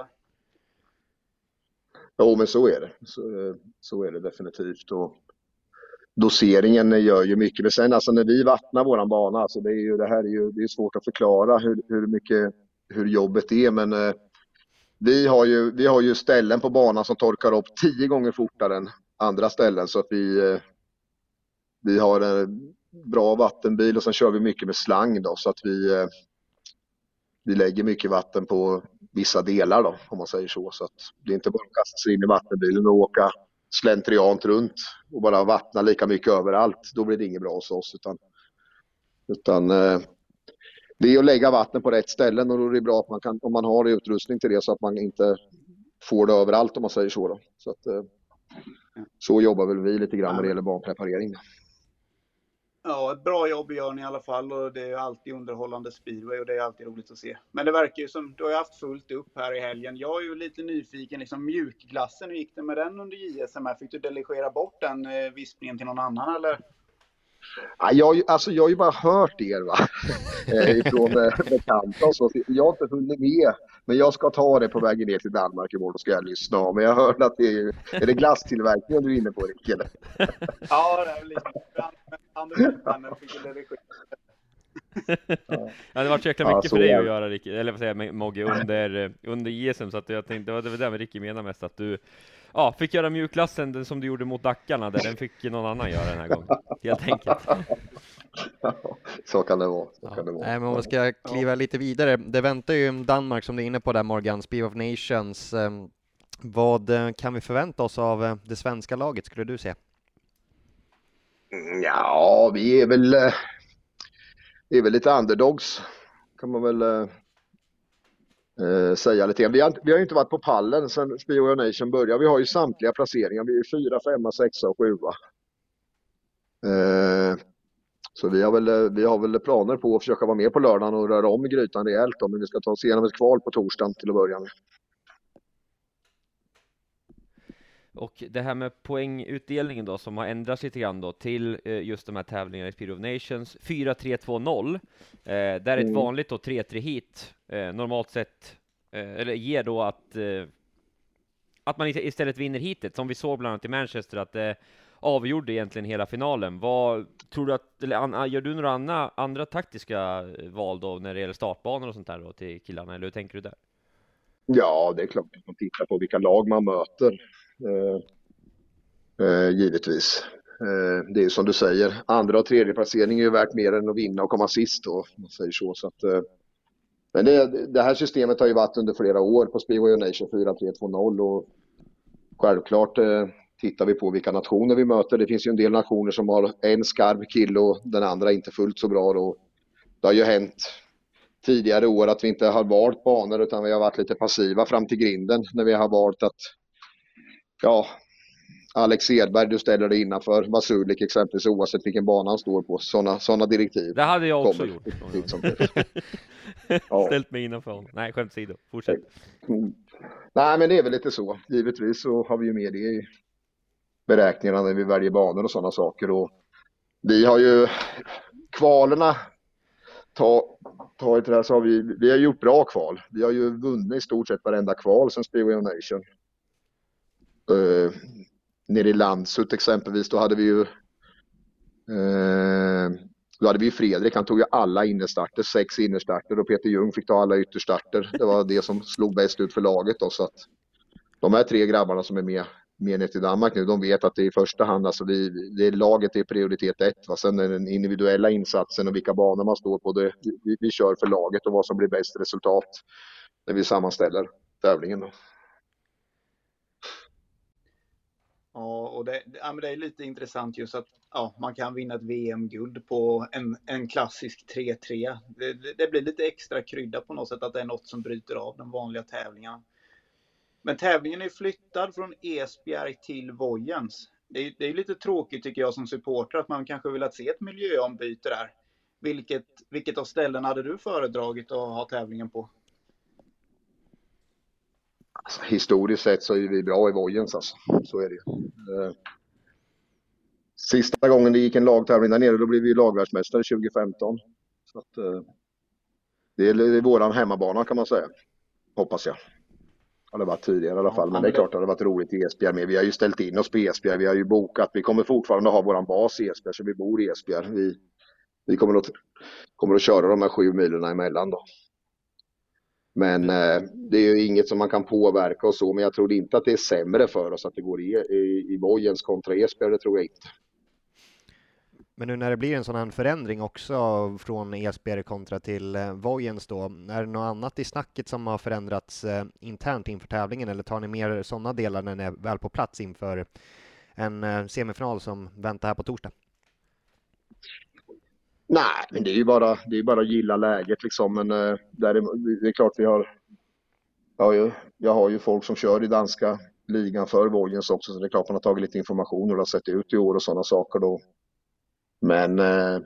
Jo, men så är det. Så, så är det definitivt. Och doseringen gör ju mycket. Men sen alltså när vi vattnar våran bana, alltså det är ju det här är ju det är svårt att förklara hur, hur mycket hur jobbet är, men eh, vi har ju vi har ju ställen på banan som torkar upp tio gånger fortare än andra ställen, så att vi eh, vi har en bra vattenbil och sen kör vi mycket med slang då, så att vi eh, vi lägger mycket vatten på vissa delar då, om man säger så, så att det är inte bara att kasta sig in i vattenbilen och åka slentriant runt och bara vattna lika mycket överallt. Då blir det inget bra hos oss, utan, utan eh, det är att lägga vatten på rätt ställen, och då är det bra att man kan, om man har utrustning till det, så att man inte får det överallt, om man säger så då. Så att eh, så jobbar väl vi lite grann när det gäller banpreparering. Ja, ett bra jobb gör ni i alla fall, och det är ju alltid underhållande speedway och det är alltid roligt att se. Men det verkar ju som, du har ju haft fullt upp här i helgen. Jag är ju lite nyfiken, liksom mjukglassen, hur gick det med den under J S M? Fick du delegera bort den eh, vispningen till någon annan eller? Ja, jag, alltså, jag har ju bara hört er va? Ifrån eh, bekanta och så. Jag har inte hunnit med, men jag ska ta det på vägen ner till Danmark imorgon och ska jag lyssna. Men jag hörde att det är, är det glasstillverkningen du är inne på, Rick, eller? Ja, det är väl lite. Anders fick delegera. Ja, det var så jäkla mycket Ja, för dig är. att göra, Ricky, eller vad säger jag, Mogge, under, under I S M, så att jag tänkte, det var det där med Ricky menar mest, att du ja, fick göra mjukklassen, den som du gjorde mot Dackarna, där den fick någon annan göra den här gången, helt enkelt. Så kan det vara. Så Ja. kan det vara. Nej, men om vi ska kliva lite vidare, det väntar ju Danmark som du är inne på där, Morgan, Speed of Nations. Ehm, Vad eh, kan vi förvänta oss av eh, det svenska laget, skulle du säga? Mm, Ja, vi är väl eh, vi är väl lite underdogs, kan man väl eh, eh, säga lite grann. Vi har, inte- vi har ju inte varit på pallen sedan Speed of Nation började. Vi har ju samtliga placeringar. Vi är fyra, femma, sexa och sjua. Eh, så vi har, väl, eh, vi har väl planer på att försöka vara med på lördagen och röra om i grytan rejält då, men vi ska ta oss igenom ett kval på torsdagen till att börja med. Och det här med poängutdelningen då, som har ändrats lite grann då till eh, just de här tävlingarna i Speed of Nations, fyra tre två noll, eh, där ett Mm. vanligt då tre tre hit eh, normalt sett eh, eller ger då att eh, att man istället vinner hitet, som vi såg bland annat i Manchester, att det avgjorde egentligen hela finalen. Vad tror du att, eller an, gör du några andra, andra taktiska val då när det gäller startbanor och sånt där då till killarna, eller hur tänker du där? Ja, det är klart att man tittar på vilka lag man möter. Eh, eh, givetvis. Eh, det är ju som du säger, andra och tredje placering är ju värt mer än att vinna och komma sist då, om man säger så. Så att, eh, men det, det här systemet har ju varit under flera år på Speedway of Nation fyra tre två noll, och självklart eh, tittar vi på vilka nationer vi möter. Det finns ju en del nationer som har en skarp kille och den andra inte fullt så bra då. Det har ju hänt tidigare år att vi inte har valt banor, utan vi har varit lite passiva fram till grinden när vi har valt att ja, Alex Edberg, du ställer dig innanför Vasulik exempelvis, oavsett vilken bana han står på. Sådana såna direktiv. Det hade jag också kommer gjort. titt som tätt. Ja. Ställt mig innanför honom. Nej, skämt åsido. Fortsätt. Mm. Nej, men det är väl lite så. Givetvis så har vi ju med det i beräkningarna när vi väljer banor och sådana saker. Och vi har ju kvalerna, ta, ta ett det här, så har vi, vi har gjort bra kval. Vi har ju vunnit i stort sett varenda kval sen Speedway of Nation. Uh, nere i Landshut exempelvis, då hade vi ju uh, då hade vi ju Fredrik, han tog ju alla innerstarter, sex innerstarter, och Peter Ljung fick ta alla ytterstarter. Det var det som slog bäst ut för laget då, så att de här tre grabbarna som är med, med ner till Danmark nu, de vet att det är i första hand, alltså vi, det är laget är prioritet ett, va? Sen är den individuella insatsen och vilka banor man står på, det, vi, vi kör för laget och vad som blir bäst resultat när vi sammanställer tävlingen då. Ja, och det, ja, men det är lite intressant just att ja, man kan vinna ett V M-guld på en, en klassisk tre tre. Det, det, det blir lite extra krydda på något sätt att det är något som bryter av de vanliga tävlingarna. Men tävlingen är flyttad från Esbjerg till Vojens. Det är, det är lite tråkigt tycker jag som supporter att man kanske vill att se ett miljöombyte där. Vilket, vilket av ställen hade du föredragit att ha tävlingen på? Alltså, historiskt sett så är vi bra i Vojens alltså. Så är det ju. Sista gången det gick en lagtävling där nere, då blev vi lagvärldsmästare tjugo femton. Så att, det är våran hemmabana kan man säga. Hoppas jag. Ja, det var tidigare i alla fall, men det är klart att det har varit roligt i Esbjerg med. Vi har ju ställt in oss på Esbjerg, vi har ju bokat. Vi kommer fortfarande ha våran bas i Esbjerg, så vi bor i Esbjerg. Vi, vi kommer, att, kommer att köra de här sju milerna emellan då. Men eh, det är ju inget som man kan påverka och så, men jag tror inte att det är sämre för oss att det går i, i, i Vojens kontra Esbjerg, det tror jag inte. Men nu när det blir en sån här förändring också från Esbjerg kontra till eh, Vojens då, är det något annat i snacket som har förändrats eh, internt inför tävlingen, eller tar ni mer sådana delar när ni är väl på plats inför en eh, semifinal som väntar här på torsdag? Nej, men det är ju bara, det är bara att gilla läget liksom, men eh, där är, det är klart vi har, ja, ju, jag har ju folk som kör i danska ligan för Vojens också, så det är klart man har tagit lite information och det har sett ut i år och sådana saker då. Men eh,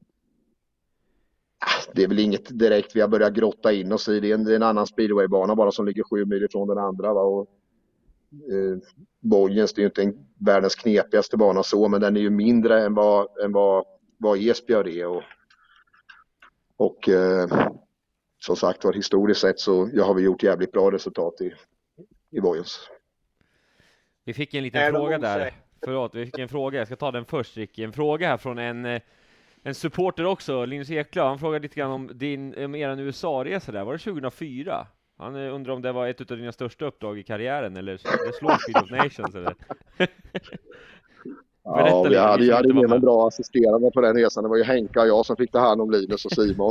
det är väl inget direkt vi har börjat grotta in oss i. Det är en, det är en annan speedwaybana bara som ligger sju mil ifrån den andra. Va? Och, eh, Vojens, det är ju inte en världens knepigaste bana så, men den är ju mindre än vad, än vad, vad Esbjerg är. Och, och eh, som sagt var, historiskt sett så jag har vi gjort jävligt bra resultat i, i Vojens. Vi fick en liten fråga där. Förlåt, vi fick en fråga. Jag ska ta den först, Ricky. En fråga här från en, en supporter också, Linus Eklöv. Han frågade lite grann om din, om er U S A-resa där. Var det tjugohundrafyra? Han undrar om det var ett av dina största uppdrag i karriären, eller det slår Speed of Nations, eller? Ja, vi hade ju hade en bra assisterande på den resan. Det var ju Henka och jag som fick ta hand om Linus och Simon.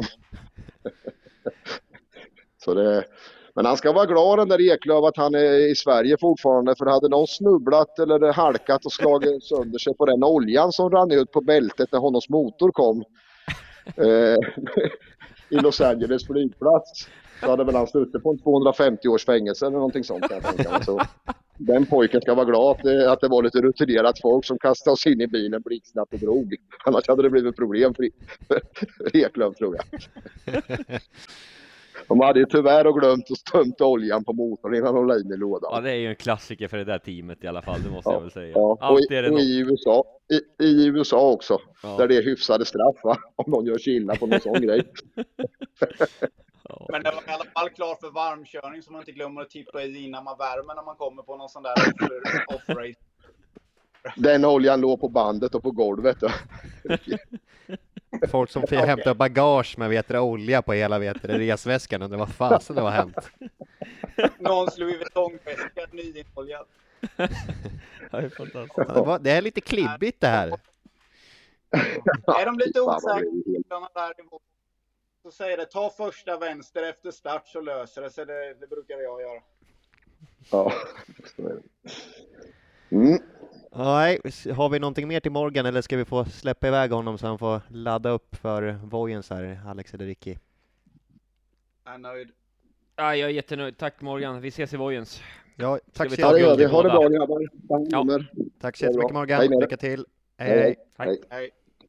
Så det... Men han ska vara glad den där Eklöv att han är i Sverige fortfarande, för hade någon snubblat eller halkat och slagit sönder sig på den oljan som rann ut på bältet när honons motor kom eh, i Los Angeles flygplats, så hade väl han suttit på en tvåhundrafemtio års fängelse eller någonting sånt. Så den pojken ska vara glad att det, att det var lite rutinerat folk som kastade oss in i bilen blixtsnabbt och drog. Annars hade det blivit problem för, för Eklöv, tror jag. De hade ju tyvärr och glömt att tömt oljan på motorn innan de la in i lådan. Ja, det är ju en klassiker för det där teamet i alla fall, det måste ja, jag väl säga. Ja. Allt och, i, är det och i, U S A, i, i U S A också, ja. Där det är hyfsade straff, va? Om någon gör skillnad på någon sån grej. Ja. Men det var i alla fall klart för varmkörning, så man inte glömmer att tippa i innan man värmer när man kommer på någon sån där off-race. Den oljan låg på bandet och på golvet. Folk som fick hämta bagage med vet du, olja på hela vet du, resväskan, och det var fasen det var hänt. Någon Louis Vuitton-väska nyinolja. Ja, det, var, det är lite klibbigt det här. Är de lite osäkra där, så säger det, ta första vänster efter start så löser det sig. Det, det brukar jag göra. Ja. Mm. Nej, har vi någonting mer till Morgan, eller ska vi få släppa iväg honom så han får ladda upp för Vojens här, Alex eller Ricky? Jag är nöjd. Ja, jag är jättenöjd. Tack Morgan, vi ses i Vojens. Ja, tack så mycket. Ja, det ha det bra grabbar. Ja. Tack så jättemycket Morgan, hej lycka till. Hej hej. hej. hej. hej.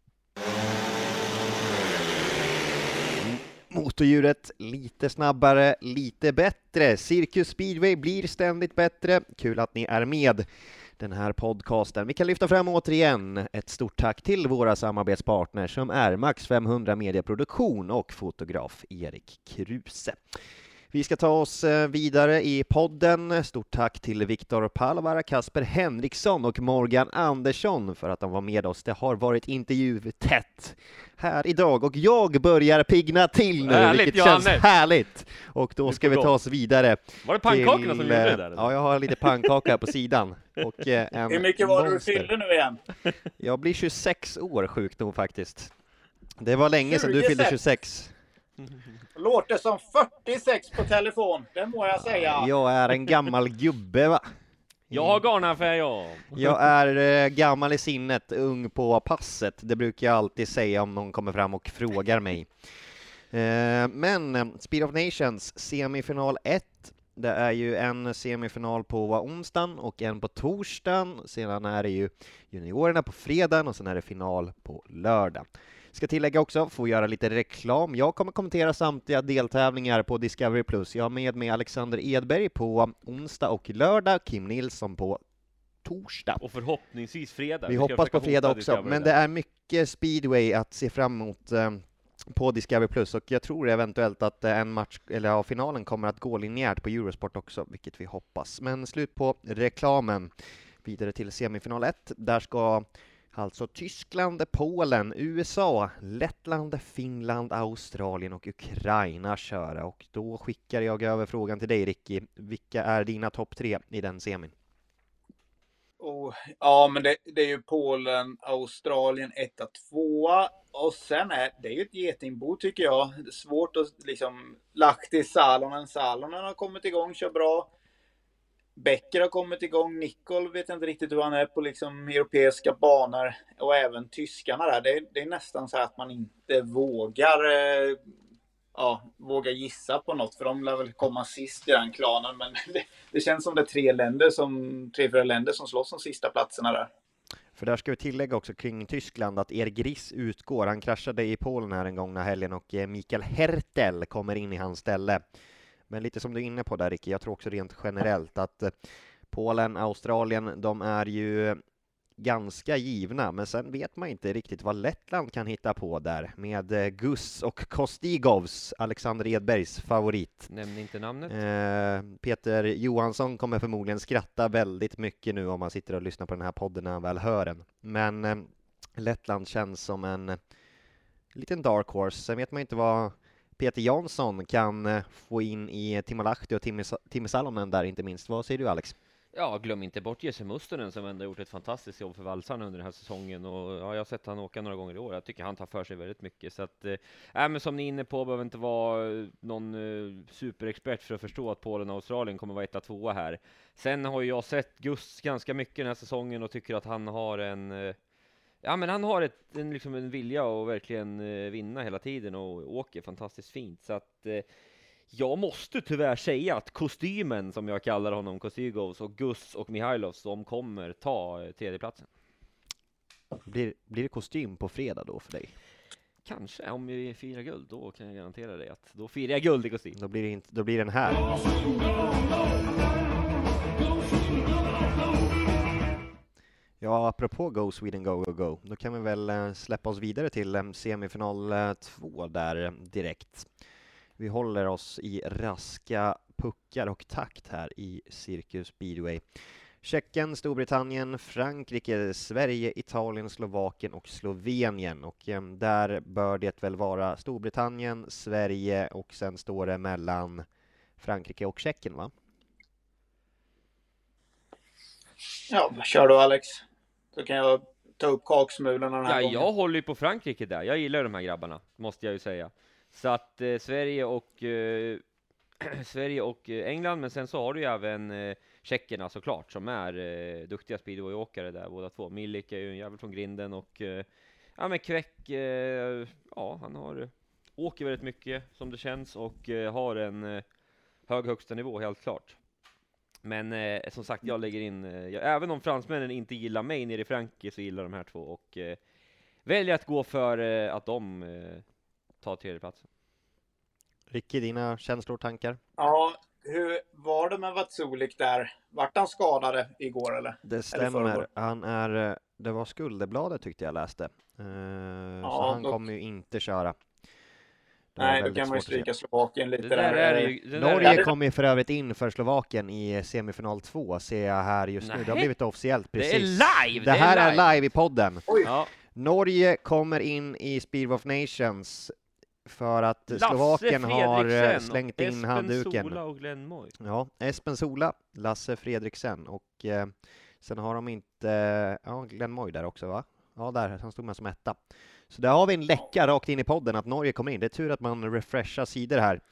Motordjuret lite snabbare, lite bättre. Cirkus Speedway blir ständigt bättre. Kul att ni är med den här podcasten. Vi kan lyfta fram återigen ett stort tack till våra samarbetspartners som är Max femhundra Medieproduktion och fotograf Erik Kruse. Vi ska ta oss vidare i podden. Stort tack till Viktor Palvara, Kasper Henriksson och Morgan Andersson för att de var med oss. Det har varit intervjutätt här idag och jag börjar pigna till nu, härligt, vilket Johannes. känns härligt. Och då ska vi ta oss vidare. Var det pannkakorna till, som gjorde det där? Ja, jag har lite pannkaka här på sidan. Och en Hur mycket var monster. du fyllde nu igen? Jag blir tjugosex år, sjukt nog faktiskt. Det var länge sedan du tjugosex. fyllde tjugosex. Låter som fyrtiosex på telefon, det må jag säga. Jag är en gammal gubbe, va? Jag har garnaffär, ja. Jag är eh, gammal i sinnet, ung på passet. Det brukar jag alltid säga om någon kommer fram och frågar mig. Eh, men eh, Speed of Nations semifinal ett. Det är ju en semifinal på onsdagen och en på torsdagen. Sedan är det ju juniorerna på fredagen och sen är det final på lördag. Ska tillägga också, får göra lite reklam. Jag kommer kommentera samtliga deltävlingar på Discovery Plus. Jag har med mig Alexander Edberg på onsdag och lördag, Kim Nilsson på torsdag. Och förhoppningsvis fredag. Vi hoppas på fredag också, men det är mycket speedway att se fram emot eh, på Discovery Plus, och jag tror eventuellt att en match, eller ja, finalen kommer att gå linjärt på Eurosport också, vilket vi hoppas. Men slut på reklamen. Vidare till semifinal ett. Där ska alltså Tyskland, Polen, U S A, Lettland, Finland, Australien och Ukraina köra. Och då skickar jag över frågan till dig, Ricky. Vilka är dina topp tre i den semin? Oh, ja, men det, det är ju Polen, Australien etta, tvåa. Och sen är det är ju ett getingbo tycker jag. Det är svårt att liksom... Lahti, Salonen. Salonen har kommit igång, kör bra. Becker har kommit igång. Nicol vet jag inte riktigt hur han är på liksom europeiska banor. Och även tyskarna där. Det är, det är nästan så här att man inte vågar... Eh, ja, vågar gissa på något. För de lär väl komma sist i den klanen. Men det, det känns som det är tre länder som, tre, fyra länder som slåss om sista platserna där. För där ska vi tillägga också kring Tyskland att Er Gris utgår. Han kraschade i Polen här en gång när helgen och Mikael Hertel kommer in i hans ställe. Men lite som du är inne på där, Ricky, jag tror också rent generellt att Polen, Australien, de är ju ganska givna, men sen vet man inte riktigt vad Lettland kan hitta på där med Gus och Kostigovs, Alexander Edbergs favorit. Nämn inte namnet. Eh, Peter Johansson kommer förmodligen skratta väldigt mycket nu om man sitter och lyssnar på den här podden när han väl hör den. Men eh, Lettland känns som en eh, liten dark horse. Sen vet man inte vad Peter Jansson kan eh, få in i Timo Lahti och Timo Salonen där inte minst. Vad säger du, Alex? Ja, glöm inte bort Jesse Mustonen som ändå gjort ett fantastiskt jobb för valsarna under den här säsongen, och ja, jag har sett han åka några gånger i år. Jag tycker han tar för sig väldigt mycket, så att, äh, men som ni är inne på, behöver inte vara någon uh, superexpert för att förstå att Polen och Australien kommer vara etta, tvåa här. Sen har ju jag sett Gus ganska mycket den här säsongen och tycker att han har en uh, ja, men han har ett, en, liksom en vilja att verkligen uh, vinna hela tiden och åker fantastiskt fint, så att uh, jag måste tyvärr säga att kostymen, som jag kallar honom, Kostygovs och Gus och Mihailovs, de kommer ta tredjeplatsen. Blir, blir det kostym på fredag då för dig? Kanske, om vi firar guld, då kan jag garantera dig att då firar jag guld i kostym. Då blir det, inte, då blir den här. Ja, apropå Go Sweden Go Go Go, då kan vi väl släppa oss vidare till semifinal två där direkt. Vi håller oss i raska puckar och takt här i Cirkus Speedway. Tjeckien, Storbritannien, Frankrike, Sverige, Italien, Slovakien och Slovenien. Och eh, där bör det väl vara Storbritannien, Sverige och sen står det mellan Frankrike och Tjeckien, va? Ja, kör då Alex. Så kan jag ta upp kaksmulorna den här ja, gången. Jag håller ju på Frankrike där. Jag gillar de här grabbarna, måste jag ju säga. Så att eh, Sverige och eh, Sverige och England, men sen så har du ju även eh, tjeckerna såklart, som är eh, duktiga speedwayåkare där båda två. Milik är ju en jävel från grinden och eh, ja, men Kveck, eh, ja, han har åker väldigt mycket som det känns och eh, har en eh, hög högsta nivå, helt klart. Men eh, som sagt, jag lägger in eh, jag, även om fransmännen inte gillar mig nere i Frankrike, så gillar de här två och eh, väljer att gå för eh, att de eh, tar tredjeplatsen. Ricky, dina känslor och tankar? Ja, hur var det med Vatsulik där? Vart han skadade igår eller? Det stämmer. Eller han är, det var skulderbladet tyckte jag läste. Uh, ja, så han då kommer ju inte köra. Nej, då kan man ju stryka Slovakien lite det där. där. Är ju, det Norge där är... kommer ju för övrigt in för Slovakien i semifinal två, ser jag här just Nej. nu. Det har blivit officiellt precis. Det är live! Det, det här är live. är live i podden. Ja. Norge kommer in i Speed of Nations för att Lasse Slovakien har slängt in Espen handduken. Sola och Glenn Moy. Ja, Espen Sola, Lasse Fredriksen och eh, sen har de inte, ja, Glenn Moy där också, va? Ja, där, han stod med som etta. Så där har vi en läcka rakt in i podden att Norge kommer in. Det är tur att man refreshar sidor här.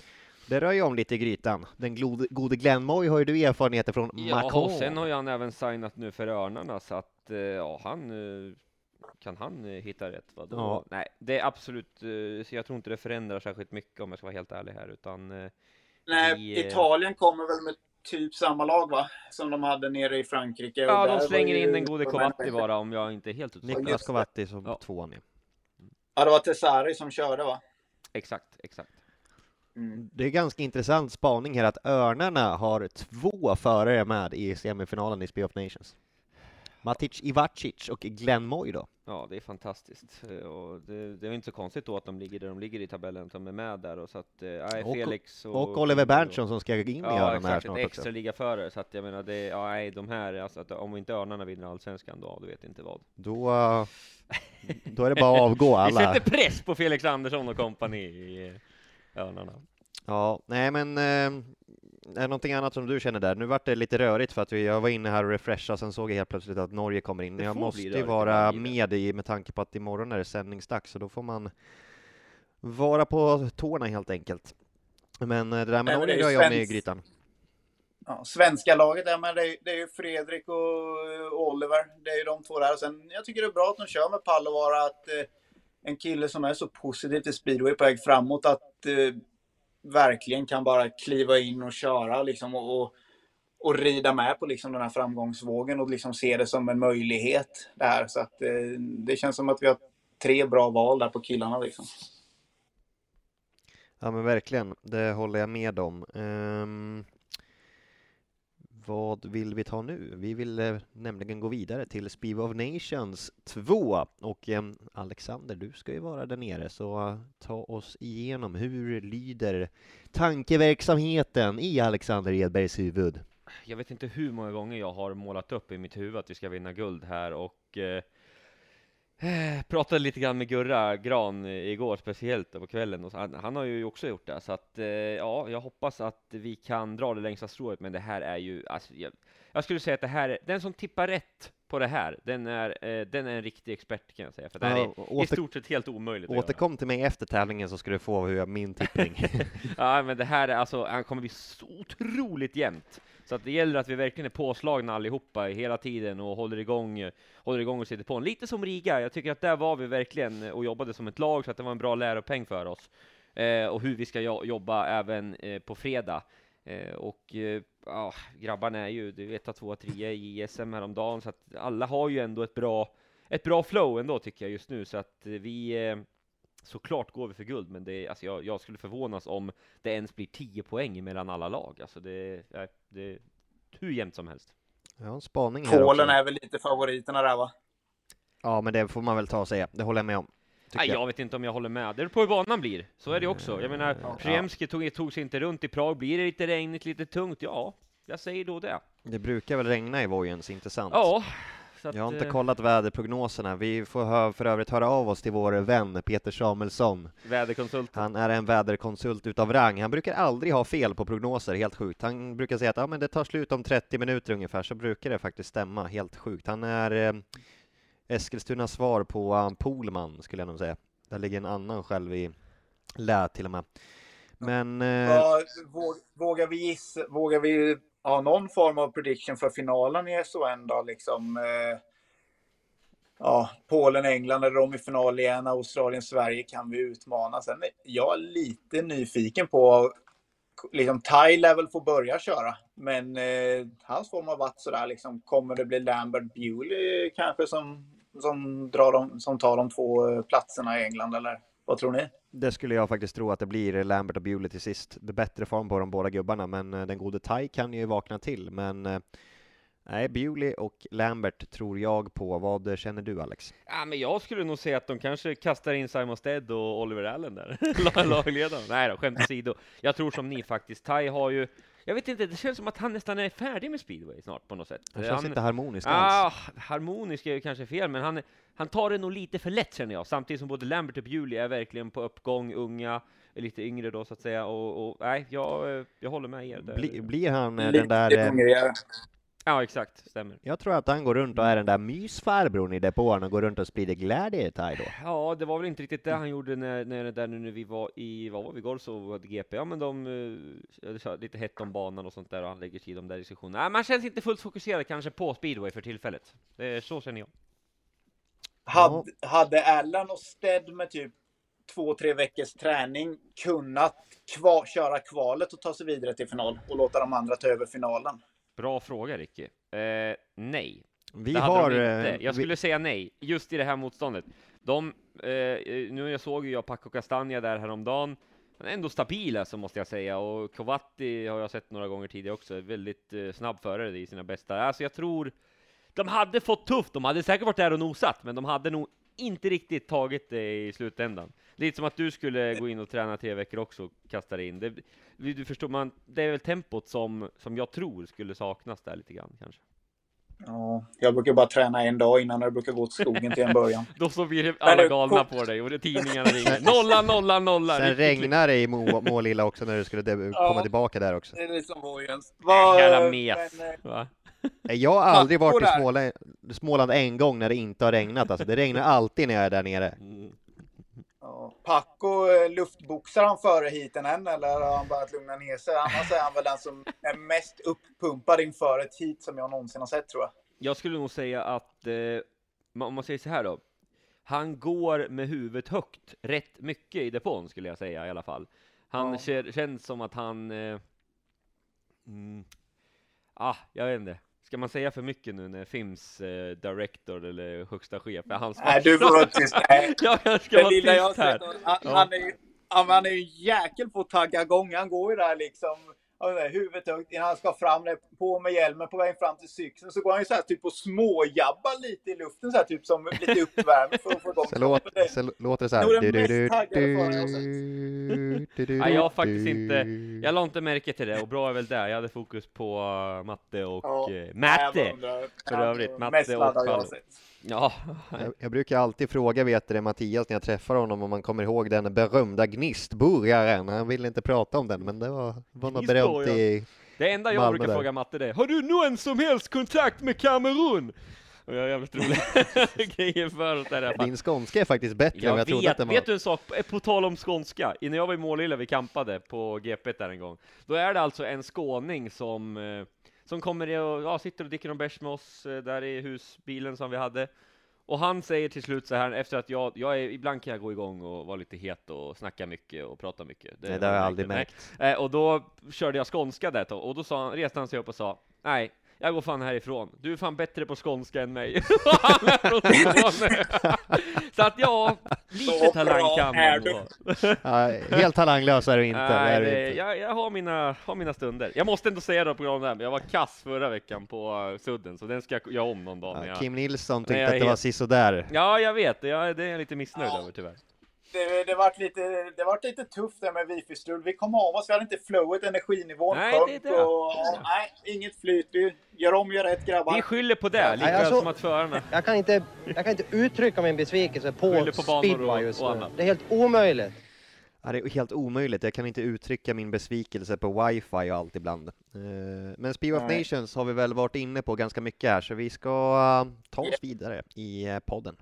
Det rör ju om lite i grytan. Den gode, gode Glenn Moy har ju du erfarenheter från Ja, Macron. och sen har ju han även signat nu för Örnarna, så att eh, ja, han eh, kan han eh, hitta rätt. Va? Då, Ja. Nej, det är absolut, eh, så jag tror inte det förändrar särskilt mycket om jag ska vara helt ärlig här, utan eh, Nej, vi, eh, Italien kommer väl med typ samma lag, va? Som de hade nere i Frankrike. ja, Och de där slänger var ju- in den gode Kovatti bara, om jag inte är helt ute. Nicolas just det. Kovatti som Ja. tvåan. Ja. Ja, det var Tessari som körde, va? Exakt, exakt. Mm. Det är ganska intressant spaning här att Örnarna har två förare med i semifinalen i Speed of Nations. Matic Ivacic och Glenn Moy då. Ja, det är fantastiskt. Eh, Och det, det är inte så konstigt då att de ligger där de ligger i tabellen, att de är med där. Och så att, eh, nej, Och- Felix Och Oliver Berntsson som ska in i Ja, Örnarna här exakt, snart ett också. extra ligaförare. Så att jag menar, det, ja, nej, de här, alltså, att om inte Örnarna vinner Allsvenskan då, du vet inte vad. Då, eh, då är det bara att avgå Vi alla. sätter press på Felix Andersson och kompani i eh, Örnarna. Ja, nej men eh, är det någonting annat som du känner där? Nu vart det lite rörigt för att vi, jag var inne här och refreshade, sen såg jag helt plötsligt att Norge kommer in. Det Jag får måste bli ju rörigt vara ibland i det. med i, med tanke på att imorgon är det sändningsdags, så då får man vara på tårna helt enkelt. Men eh, det där med Nej, men Norge det är rör ju jag med i svenskt. grytan. Ja, svenska laget, ja, men det, är, det är ju Fredrik och Oliver. Det är ju de två där. Och sen, jag tycker det är bra att de kör med Pallovara, att eh, en kille som är så positiv till speedway på väg framåt, att eh, verkligen kan bara kliva in och köra liksom, och, och, och rida med på liksom, den här framgångsvågen och liksom se det som en möjlighet där. Så att, eh, det känns som att vi har tre bra val där på killarna liksom. Ja men verkligen, det håller jag med om. Ehm, vad vill vi ta nu? Vi vill eh, nämligen gå vidare till Speed of Nations två. Och eh, Alexander, du ska ju vara där nere, så eh, ta oss igenom. Hur lyder tankeverksamheten i Alexander Edbergs huvud? Jag vet inte hur många gånger jag har målat upp i mitt huvud att vi ska vinna guld här, och eh, eh, pratade lite grann med Gurra Gran igår, speciellt på kvällen, och så, han, han har ju också gjort det, så att eh, ja, jag hoppas att vi kan dra det längsta strået, men det här är ju, alltså, jag, jag skulle säga att det här är, den som tippar rätt på det här, den är, eh, den är en riktig expert, kan jag säga, för det här Ja, är i åter- stort sett helt omöjligt att göra. Återkom till mig efter tävlingen så ska du få hur jag, min tippning. Ja, men det här är alltså, han kommer bli så otroligt jämnt. Så att det gäller att vi verkligen är påslagna allihopa hela tiden och håller igång, håller igång och sitter på en. Lite som Riga. Jag tycker att där var vi verkligen och jobbade som ett lag, så att det var en bra läropeng för oss. Eh, och hur vi ska jo- jobba även eh, på fredag. Eh, och eh, ja, grabbarna är ju, du vet, två, tre i S M häromdagen, så att alla har ju ändå ett bra, ett bra flow ändå, tycker jag just nu. Så att vi... Eh, såklart går vi för guld, men det, alltså jag, jag skulle förvånas om det ens blir tio poäng mellan alla lag. Alltså det, är- det är hur jämnt som helst. Jag har en spaning här Polen också. är väl lite favoriterna där, va? Ja men det får man väl ta och säga, det håller jag med om. tycker Nej, jag. jag vet inte om jag håller med. Det är på hur banan blir. Så är det också. Jag menar, Ja. Przemski tog, tog sig inte runt i Prag. Blir det lite regnigt, lite tungt? Ja, jag säger då det. Det brukar väl regna i Vojens, inte sant? Ja. Så att, Jag har inte eh, kollat väderprognoserna. Vi får hö- för övrigt höra av oss till vår vän Peter Samuelsson. Väderkonsult. Han är en väderkonsult utav rang. Han brukar aldrig ha fel på prognoser, helt sjukt. Han brukar säga att ja, men det tar slut om trettio minuter ungefär, så brukar det faktiskt stämma. Helt sjukt. Han är eh, Eskilstunas svar på um, Polman, skulle jag nog säga. Där ligger en annan själv i lä till och med. Men eh, Ja, våg, vågar vi gissa, vågar vi ha någon form av prediction för finalen i S O N då? Liksom, eh, ja, Polen, England, är de i final igen? Australien, Sverige kan vi utmana. Sen är jag lite nyfiken på, liksom, Ty level får börja köra. Men eh, hans form av vatt sådär, liksom, kommer det bli Lambert Bewley kanske som, som, drar dem, som tar de två eh, platserna i England, eller vad tror ni? det skulle jag faktiskt tro att det blir Lambert och Bewley till sist. Det är bättre form på de båda gubbarna, men eh, den gode Tai kan ju vakna till. Men eh, nej, Bewley och Lambert tror jag på. Vad känner du, Alex? Ja, men jag skulle nog säga att de kanske kastar in Simon Stead och Oliver Allen där. Lagledaren. Nej då, skämt åsido. Jag tror som ni faktiskt. Tai har ju, jag vet inte, det känns som att han nästan är färdig med speedway snart på något sätt. Det känns han, inte harmoniskt alls. ah, harmonisk är ju kanske fel, men han, han tar det nog lite för lätt, känner jag. Samtidigt som både Lambert och Bewley är verkligen på uppgång, unga, är lite yngre då så att säga. Och, och nej, jag, jag håller med er där. Bli, blir han eh, Lite den där... eh, hungrigare. Ja, exakt. Stämmer. Jag tror att han går runt och är den där mysfarbrorn i depån och går runt och sprider glädje i Thai då. Ja, det var väl inte riktigt det han gjorde när, när, där nu när vi var i, vad var vi, Golf och hade G P. Ja, men de, uh, lite hett om banan och sånt där och han lägger sig i de där diskussionerna. Nej, man känns inte fullt fokuserad kanske på speedway för tillfället. Det är så känner jag. Hade, hade Allan och Stead med typ två, tre veckors träning kunnat kva, köra kvalet och ta sig vidare till final och låta de andra ta över finalen? Bra fråga, Ricky. Eh, nej. Vi Det hade har... de inte. eh, Jag skulle vi, säga nej, just i det här motståndet. De, eh, nu jag såg ju jag Paco Castagna där häromdagen. Han är ändå stabila så måste jag säga. Och Kovatti har jag sett några gånger tidigare också. Väldigt eh, snabb förare i sina bästa. Alltså jag tror de hade fått tufft. De hade säkert varit där och nosat. Men de hade nog inte riktigt tagit det i slutändan. Lite som att du skulle gå in och träna tre veckor också och kasta dig in. Det, du förstår, man, det är väl tempot som, som jag tror skulle saknas där lite grann kanske. Ja, jag brukar bara träna en dag innan jag brukar gå till skogen till en början. Då så blir alla galna på dig och det tidningarna ringer. Nolla, nolla, nolla. sen regnar det i Mo- Målilla också när du skulle deb- Ja. komma tillbaka där också. Det är lite som Vojens. Jävla mes. Va? Jag har aldrig Packor varit i där. Småland, Småland en gång när det inte har regnat. Alltså, det regnar alltid när jag är där nere. Ja. Paco, eh, luftboxar han före hiten än eller har han börjat lugna ner sig? Annars är han väl den som är mest uppumpad inför ett hit som jag någonsin har sett tror jag. Jag skulle nog säga att, eh, om man säger så här då. Han går med huvudet högt rätt mycket i depån skulle jag säga i alla fall. Han Ja. kä- känns som att han... Eh, mm, ah, jag vet inte. Ska man säga för mycket nu när Fims eh, director eller högsta chef är hans Nej, du får vara tyst. Nej. Jag kanske ska Det vara lilla jag har tyst här. sett, han, Ja. han är ju han, han är ju jäkel på att tagga igång. Han går ju där liksom ja, där, huvudet högt innan han ska fram där, på med hjälmen på väg fram till cykeln. Så går han ju så här typ och småjabbar lite i luften så här typ som lite uppvärmning för att få igång. Så, låt, så låter det så här. Nog den Du, du, mest du, taggade föraren jag har du, du, du, Nej, jag har faktiskt du. inte, jag la inte märke till det och bra är väl det. Jag hade fokus på uh, matte och Ja. uh, Nej, jag matte. undrar. För övrigt, matte Mest och laddad jag har fall. sett. Ja, Jag, jag brukar alltid fråga vet du, Mattias när jag träffar honom om man kommer ihåg den berömda gnistburgaren. Han ville inte prata om den, men det var, var något berömt Gnistburgaren. i... det enda jag Malmö brukar där. fråga matte det är, har du någon som helst kontakt med Kamerun? Och jag är jävligt rolig grejer för oss där i alla fall. Din skånska är faktiskt bättre än Jag vad jag trodde vet, att den var. vet du en sak, på tal om skånska, när jag var i Målilla, vi campade på G P där en gång, då är det alltså en skåning som, eh, som kommer och ja, sitter och dricker en bärs med oss eh, där i husbilen som vi hade. Och han säger till slut så här, efter att jag, jag är, ibland kan jag gå igång och vara lite het och snacka mycket och prata mycket. Nej, det har jag aldrig märkt. Eh, och då körde jag skånska där ett tag, och då sa han, reste han sig upp och sa, nej, jag går fan härifrån. Du är fan bättre på skånska än mig. Han är från Skåne. Så att ja, lite Så talang bra kan är man du. Ja, ha. helt talanglös är du inte. det Nej, är du det, inte. jag, jag har, mina, har mina stunder. Jag måste ändå säga det på grund av det här, men jag var kass förra veckan på uh, Sudden, så den ska jag göra om någon dag. när Ja, jag... Kim Nilsson Nej, tyckte jag att det är var helt- sisådär. Ja, jag vet. Jag, det är jag lite missnöjd Ja. över tyvärr. Det, det vart lite, det vart lite tufft där med wifi-strul. Vi kom av oss, vi hade inte flowet, energinivån Nej, sjönk det är det. och ja, nej, inget flyt. Vi gör om, gör rätt grabbar. Vi skyller på det, Nej, lika alltså- som att förarna... Jag kan inte, jag kan inte uttrycka min besvikelse på, Skyller på banor speedway och- just och nu. annat. Det är helt omöjligt. Ja, det är helt omöjligt. Jag kan inte uttrycka min besvikelse på wifi och allt ibland. Eh, Men Speed of Nej. Nations har vi väl varit inne på ganska mycket här, så vi ska eh, ta oss vidare i eh, podden.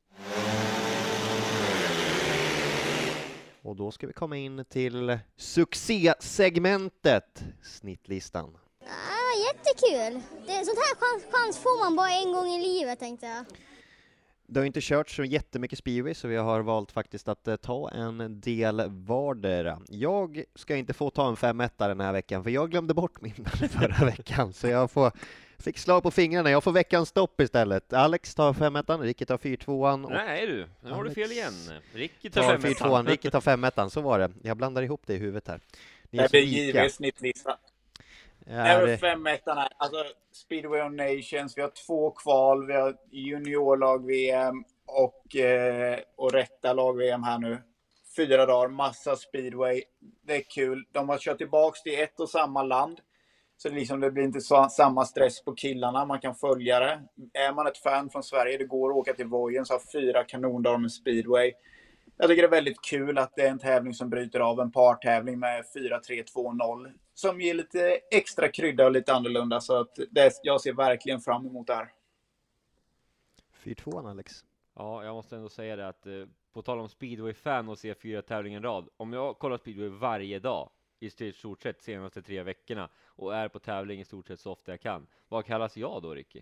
Och då ska vi komma in till succésegmentet, snittlistan. Ja, jättekul. Det, sånt här chans, chans får man bara en gång i livet, tänkte jag. Det har inte kört så jättemycket speedway, så vi har valt faktiskt att eh, ta en del vardera. Jag ska inte få ta en femetta den här veckan, för jag glömde bort min förra veckan, så jag får, fick slag på fingrarna. Jag får veckans stopp istället. Alex tar femettan, Ricky tar fyrtvåan och Nej du, nu har du Alex fel igen. Ricky tar tar fem fyrtvåan, Ricky tar femettan. Så var det. Jag blandar ihop det i huvudet här. Ni är Det så blir lika. givet snittlista. Ja, Även det- fem ettan här. Alltså Speedway of Nations, vi har två kval, vi har juniorlag-V M och, eh, och rätta lag-V M här nu. Fyra dagar, massa speedway. Det är kul. De har kört tillbaks till ett och samma land. Så det, liksom, det blir inte så, samma stress på killarna, man kan följa det. Är man ett fan från Sverige, det går att åka till Vojen, så har fyra kanondagar med speedway. Jag tycker det är väldigt kul att det är en tävling som bryter av en partävling med fyra tre två noll. som ger lite extra krydda och lite annorlunda. Så att det, jag ser verkligen fram emot det här. fyra två Alex. Ja, jag måste ändå säga det att eh, på tal om speedway-fan och se fyra tävlingar i rad. Om jag kollar speedway varje dag i stort sett senaste tre veckorna och är på tävling i stort sett så ofta jag kan. Vad kallas jag då, Ricky?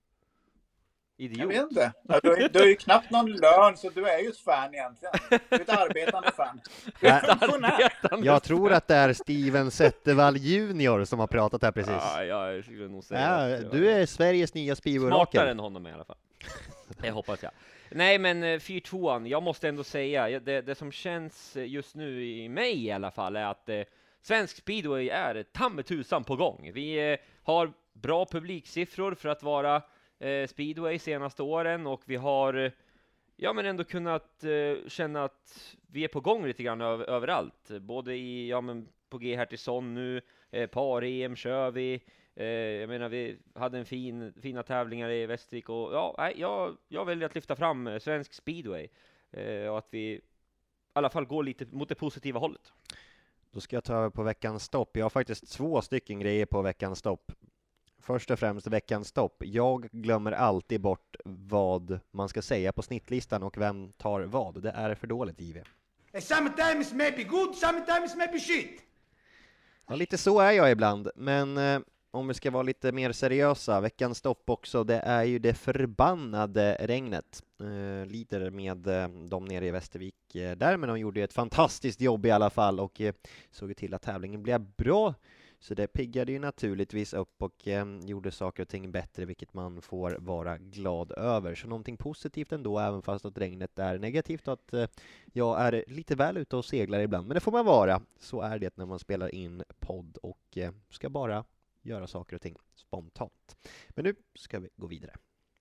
Idiot. Jag vet inte. Ja, du, har, du har ju knappt någon lön, så du är ju ett fan egentligen. Du är ett arbetande fan. Du är funktionär. Jag tror att det är Steven Zettervall junior som har pratat här precis. Ja, jag skulle nog säga Ja, det. du är Sveriges nya speedway-orakel. Smartare än honom i alla fall. Det hoppas jag. Nej, men fyra tvåan, jag måste ändå säga, det, det som känns just nu i mig i alla fall är att eh, svensk speedway är tammetusan på gång. Vi eh, har bra publiksiffror för att vara eh, speedway senaste åren, och vi har eh, ja, men ändå kunnat eh, känna att vi är på gång lite grann över, överallt. Både i, ja, men på G Hertigsson nu, eh, par-E M kör vi. Eh, jag menar, vi hade en fin, fina tävlingar i Västervik, och ja, nej, jag, jag väljer att lyfta fram eh, svensk speedway eh, och att vi i alla fall går lite mot det positiva hållet. Då ska jag ta över på veckans stopp. Jag har faktiskt två stycken grejer på veckans stopp. Först och främst veckans stopp. Jag glömmer alltid bort vad man ska säga på snittlistan och vem tar vad. Det är för dåligt, J V. Sometimes maybe good, sometimes maybe shit. Ja, lite så är jag ibland, men eh, om vi ska vara lite mer seriösa, veckans stopp också, det är ju det förbannade regnet. Eh, lider med eh, dem nere i Västervik eh, där, men de gjorde ett fantastiskt jobb i alla fall och eh, såg till att tävlingen blev bra. Så det piggade ju naturligtvis upp och eh, gjorde saker och ting bättre, vilket man får vara glad över. Så någonting positivt ändå, även fast att regnet är negativt och att eh, jag är lite väl ute och seglar ibland. Men det får man vara. Så är det när man spelar in podd och eh, ska bara göra saker och ting spontant. Men nu ska vi gå vidare.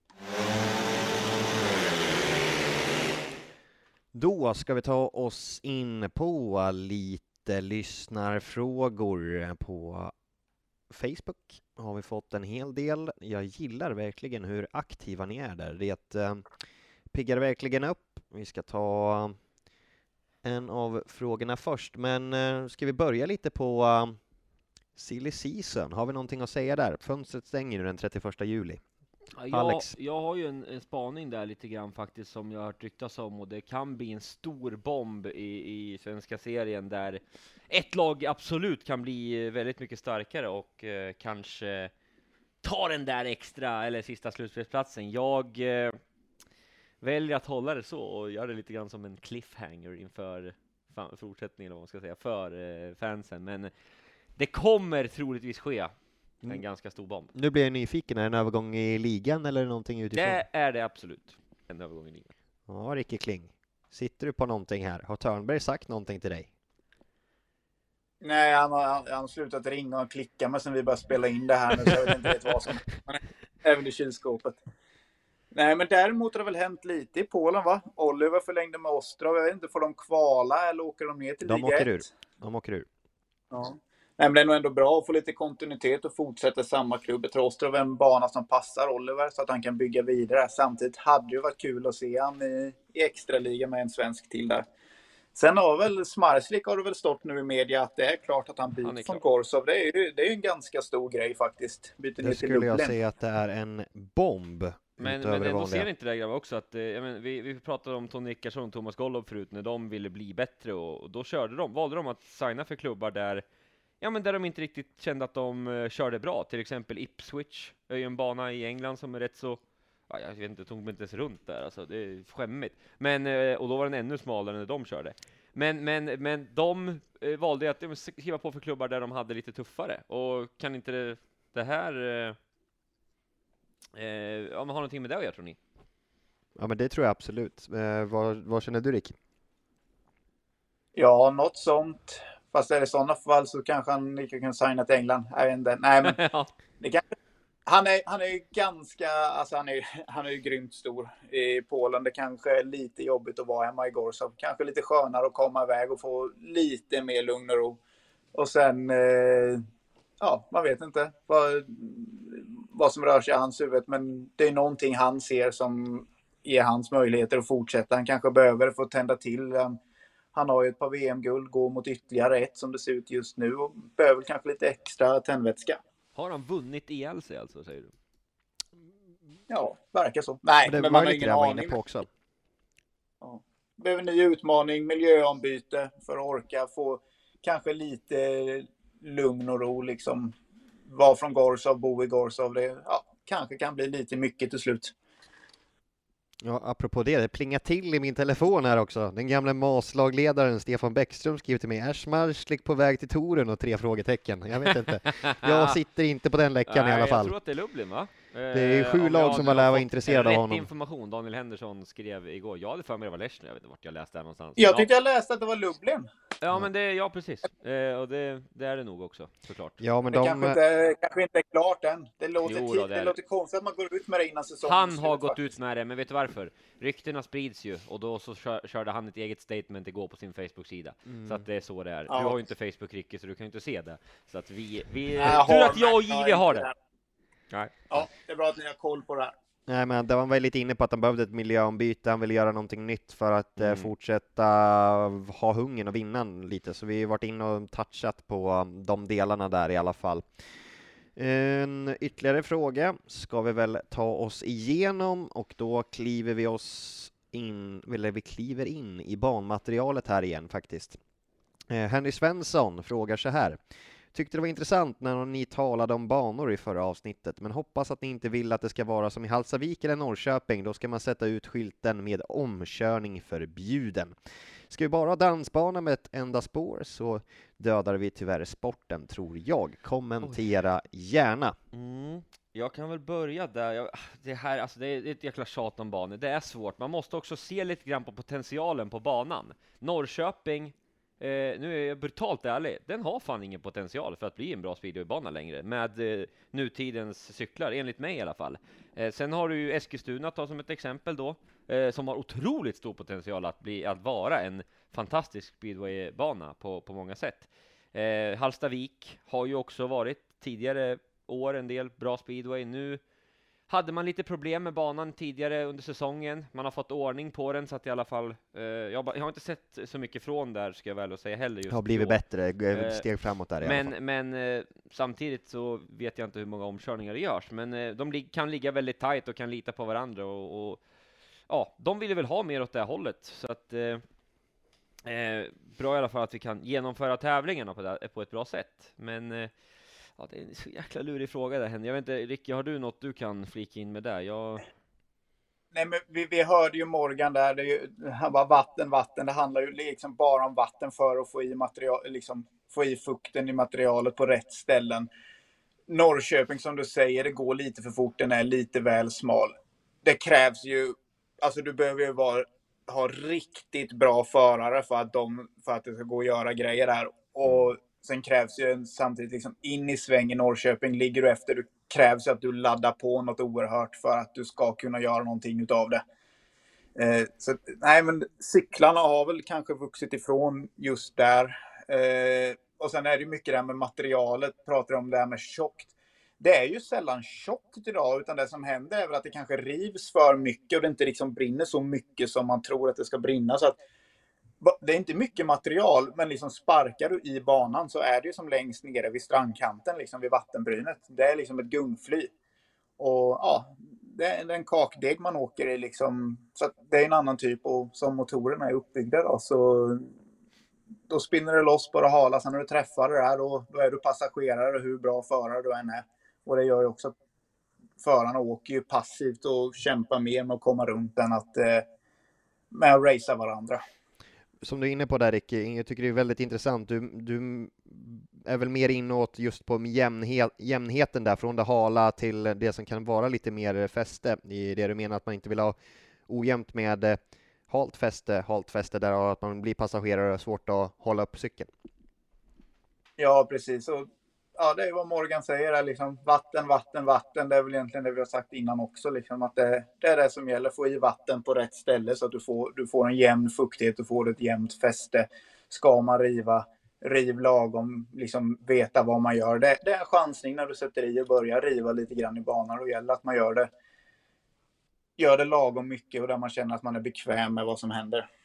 Då ska vi ta oss in på lite lyssnarfrågor. På Facebook har vi fått en hel del. Jag gillar verkligen hur aktiva ni är där. Det eh, piggar verkligen upp. Vi ska ta en av frågorna först. Men eh, ska vi börja lite på eh, silly season? Har vi någonting att säga där? Fönstret stänger den trettioförsta juli. Ja, Alex. jag har ju en, en spaning där lite grann faktiskt, som jag har hört ryktas om, och det kan bli en stor bomb i, i svenska serien där ett lag absolut kan bli väldigt mycket starkare och eh, kanske ta den där extra eller sista slutspelsplatsen. Jag eh, väljer att hålla det så och gör det lite grann som en cliffhanger inför fan, fortsättningen, eller vad man ska säga, för eh, fansen. Men det kommer troligtvis ske en mm. ganska stor bomb. Nu blir jag nyfiken, är det en övergång i ligan eller någonting utifrån? Det är det absolut, en övergång i ligan. Ja, Ricky Kling. Sitter du på någonting här? Har Törnberg sagt någonting till dig? Nej, han har, han har slutat ringa och klicka med sen vi började spela in det här nu, så jag vet inte vet vad som är väl i kylskåpet. Nej, men däremot har det väl hänt lite i Polen, va? Oliver förlängde med Ostrov. Jag vet inte, får de kvala eller åker de ner till de Liga åker ett? ur. De åker ur. Ja. Nej, men det är nog ändå bra att få lite kontinuitet och fortsätta samma klubb. Jag tror Ostrov är en bana som passar Oliver så att han kan bygga vidare. Samtidigt hade det varit kul att se han i, i extraliga med en svensk till där. Sen har väl Smarslik har det väl stått nu i media att det är klart att han byter från Korsov. Det är ju det är en ganska stor grej faktiskt. Byter det skulle jag säga att det är en bomb. Men, men ändå ser inte det grabbar också att jag men, vi, vi pratade om Tony Rickardsson och Thomas Golov förut när de ville bli bättre, och, och då körde de, valde de att signa för klubbar där ja, men där de inte riktigt kände att de uh, körde bra. Till exempel Ipswich är ju en bana i England som är rätt så, ja, jag vet inte, tog mig inte ens runt där, alltså det är skämmigt. Men, uh, och då var den ännu smalare när de körde. Men, men, men de uh, valde att uh, skriva på för klubbar där de hade lite tuffare. Och kan inte det, det här uh, uh, ja, men har någonting med det att göra, tror ni? Ja, men det tror jag absolut. Uh, vad, vad känner du, Rick? Ja, något sånt. Fast är det i sådana fall så kanske han lika kan signa till England. Jag vet inte. Nej, men det kan, han, är, han är ju ganska, alltså han är, han är ju grymt stor i Polen. Det kanske är lite jobbigt att vara hemma i Gorsov. Kanske lite skönare att komma iväg och få lite mer lugn och ro. Och sen, eh, ja, man vet inte vad, vad som rör sig i hans huvud. Men det är någonting han ser som ger hans möjligheter att fortsätta. Han kanske behöver få tända till. Han har ju ett par V M-guld, går mot ytterligare ett som det ser ut just nu och behöver kanske lite extra tändvätska. Har han vunnit ihjäl sig alltså, säger du? Ja, verkar så. Nej, det men var man har lite ingen jag var aning. inne på också. Ja. Behöver ny utmaning, miljöombyte för att orka få kanske lite lugn och ro liksom. Var från Gorsov, bo i Gorsov. Det ja, kanske kan bli lite mycket till slut. Ja, apropå det, det plingar till i min telefon här också. Den gamla maslagledaren Stefan Bäckström skriver till mig: Ersmarslik på väg till Toren och tre frågetecken. Jag vet inte. Jag sitter inte på den läckan. Nej, i alla fall. Jag tror att det är Lublin, va? Det är sju lag som var lär vara intresserade av honom. Rätt information. Daniel Henderson skrev igår. Jag hade för mig det var Lechner. Jag vet inte vart jag läste det någonstans. Jag tyckte jag läste att det var Lublin. Ja, men det är ja, precis. Eh, och det, det är det nog också, såklart. Ja, men det de... kanske, inte, kanske inte är klart än. Det låter, Jo, tid, då, det, det låter konstigt att man går ut med det innan säsongen. Han har gått faktiskt ut med det, men vet du varför? Ryktena sprids ju, och då så kör, körde han ett eget statement igår på sin Facebook-sida. Mm. Så att det är så det är. Ja. Du har ju inte Facebook, Ricky, så du kan ju inte se det. Så att vi... vi jag tur att jag och J V har det. Nej. Ja, det är bra att ni har koll på det här. Nej, men det var väl lite inne på att han behövde ett miljöombyte. Han ville göra någonting nytt för att mm. eh, fortsätta ha hungern och vinna lite. Så vi har varit inne och touchat på de delarna där i alla fall. En ytterligare fråga ska vi väl ta oss igenom, och då kliver vi oss in, eller vi kliver in i banmaterialet här igen faktiskt. Eh, Henry Svensson frågar så här: tyckte det var intressant när ni talade om banor i förra avsnittet, men hoppas att ni inte vill att det ska vara som i Hallstavik eller Norrköping. Då ska man sätta ut skylten med omkörning förbjuden. Ska vi bara ha dansbana med ett enda spår så dödar vi tyvärr sporten, tror jag. Kommentera Oj. gärna. Mm. Jag kan väl börja där. Jag, det här, alltså det är ett jäkla tjat om banor. Det är svårt. Man måste också se lite grann på potentialen på banan. Norrköping, Eh, nu är jag brutalt ärlig, den har fan ingen potential för att bli en bra speedwaybana längre med eh, nutidens cyklar, enligt mig i alla fall. Eh, sen har du ju Eskilstuna, ta som ett exempel då, eh, som har otroligt stor potential att bli att vara en fantastisk speedwaybana på, på många sätt. Eh, Hallstavik har ju också varit tidigare år en del bra speedway. Nu hade man lite problem med banan tidigare under säsongen. Man har fått ordning på den så att i alla fall... Eh, jag, jag har inte sett så mycket från där, ska jag väl och säga heller. Just har blivit då. bättre, steg framåt där i men, alla fall. Men eh, samtidigt så vet jag inte hur många omkörningar det görs. Men eh, de li- kan ligga väldigt tajt och kan lita på varandra. Och, och ja, de vill väl ha mer åt det här hållet. Så att... Eh, eh, bra i alla fall att vi kan genomföra tävlingarna på, det, på ett bra sätt. Men... Eh, Ja, det är en så jäkla lurig fråga där, Henry. Jag vet inte, Ricky, har du något du kan flika in med där? Jag... Nej, men vi, vi hörde ju Morgan där, det är ju, han bara vatten, vatten. Det handlar ju liksom bara om vatten för att få i, material, liksom, få i fukten i materialet på rätt ställen. Norrköping, som du säger, det går lite för fort, den är lite väl smal. Det krävs ju, alltså du behöver ju vara, ha riktigt bra förare för att, de, för att det ska gå att göra grejer där. Och sen krävs ju samtidigt liksom in i sväng i Norrköping. Ligger du efter, det krävs ju att du laddar på något oerhört för att du ska kunna göra någonting utav det. Eh, så nej, men cyklarna har väl kanske vuxit ifrån just där. Eh, och sen är det ju mycket det här med materialet. Pratar om det här med tjockt. Det är ju sällan tjockt idag, utan det som händer är väl att det kanske rivs för mycket och det inte liksom brinner så mycket som man tror att det ska brinna. Så att det är inte mycket material, men liksom sparkar du i banan så är det ju som längst nere vid strandkanten, liksom vid vattenbrynet. Det är liksom ett gungfly. Och ja, det är en kakdeg man åker i liksom. Så att det är en annan typ, och som motorerna är uppbyggda då, så då spinner det loss på det hala. Sen när du träffar det här, då, då är du passagerare hur bra förare du än är. Och det gör ju också att förarna åker ju passivt och kämpar mer med att komma runt än att eh, med att racea varandra. Som du är inne på där, Ricky, jag tycker det är väldigt intressant. Du, du är väl mer inåt just på jämnhet, jämnheten där, från det hala till det som kan vara lite mer fäste. I det du menar att man inte vill ha ojämnt med halt fäste, halt fäste där, att man blir passagerare och svårt att hålla upp cykeln. Ja, precis. Och ja, det är vad Morgan säger, liksom vatten, vatten, vatten. Det är väl egentligen det vi har sagt innan också, liksom att det, det är det som gäller. Få i vatten på rätt ställe så att du får, du får en jämn fuktighet, du får ett jämnt fäste. Ska man riva, riv lagom, liksom veta vad man gör. Det, det är en chansning när du sätter i och börjar riva lite grann i banan, och gäller att man gör det, gör det lagom mycket och där man känner att man är bekväm med vad som händer.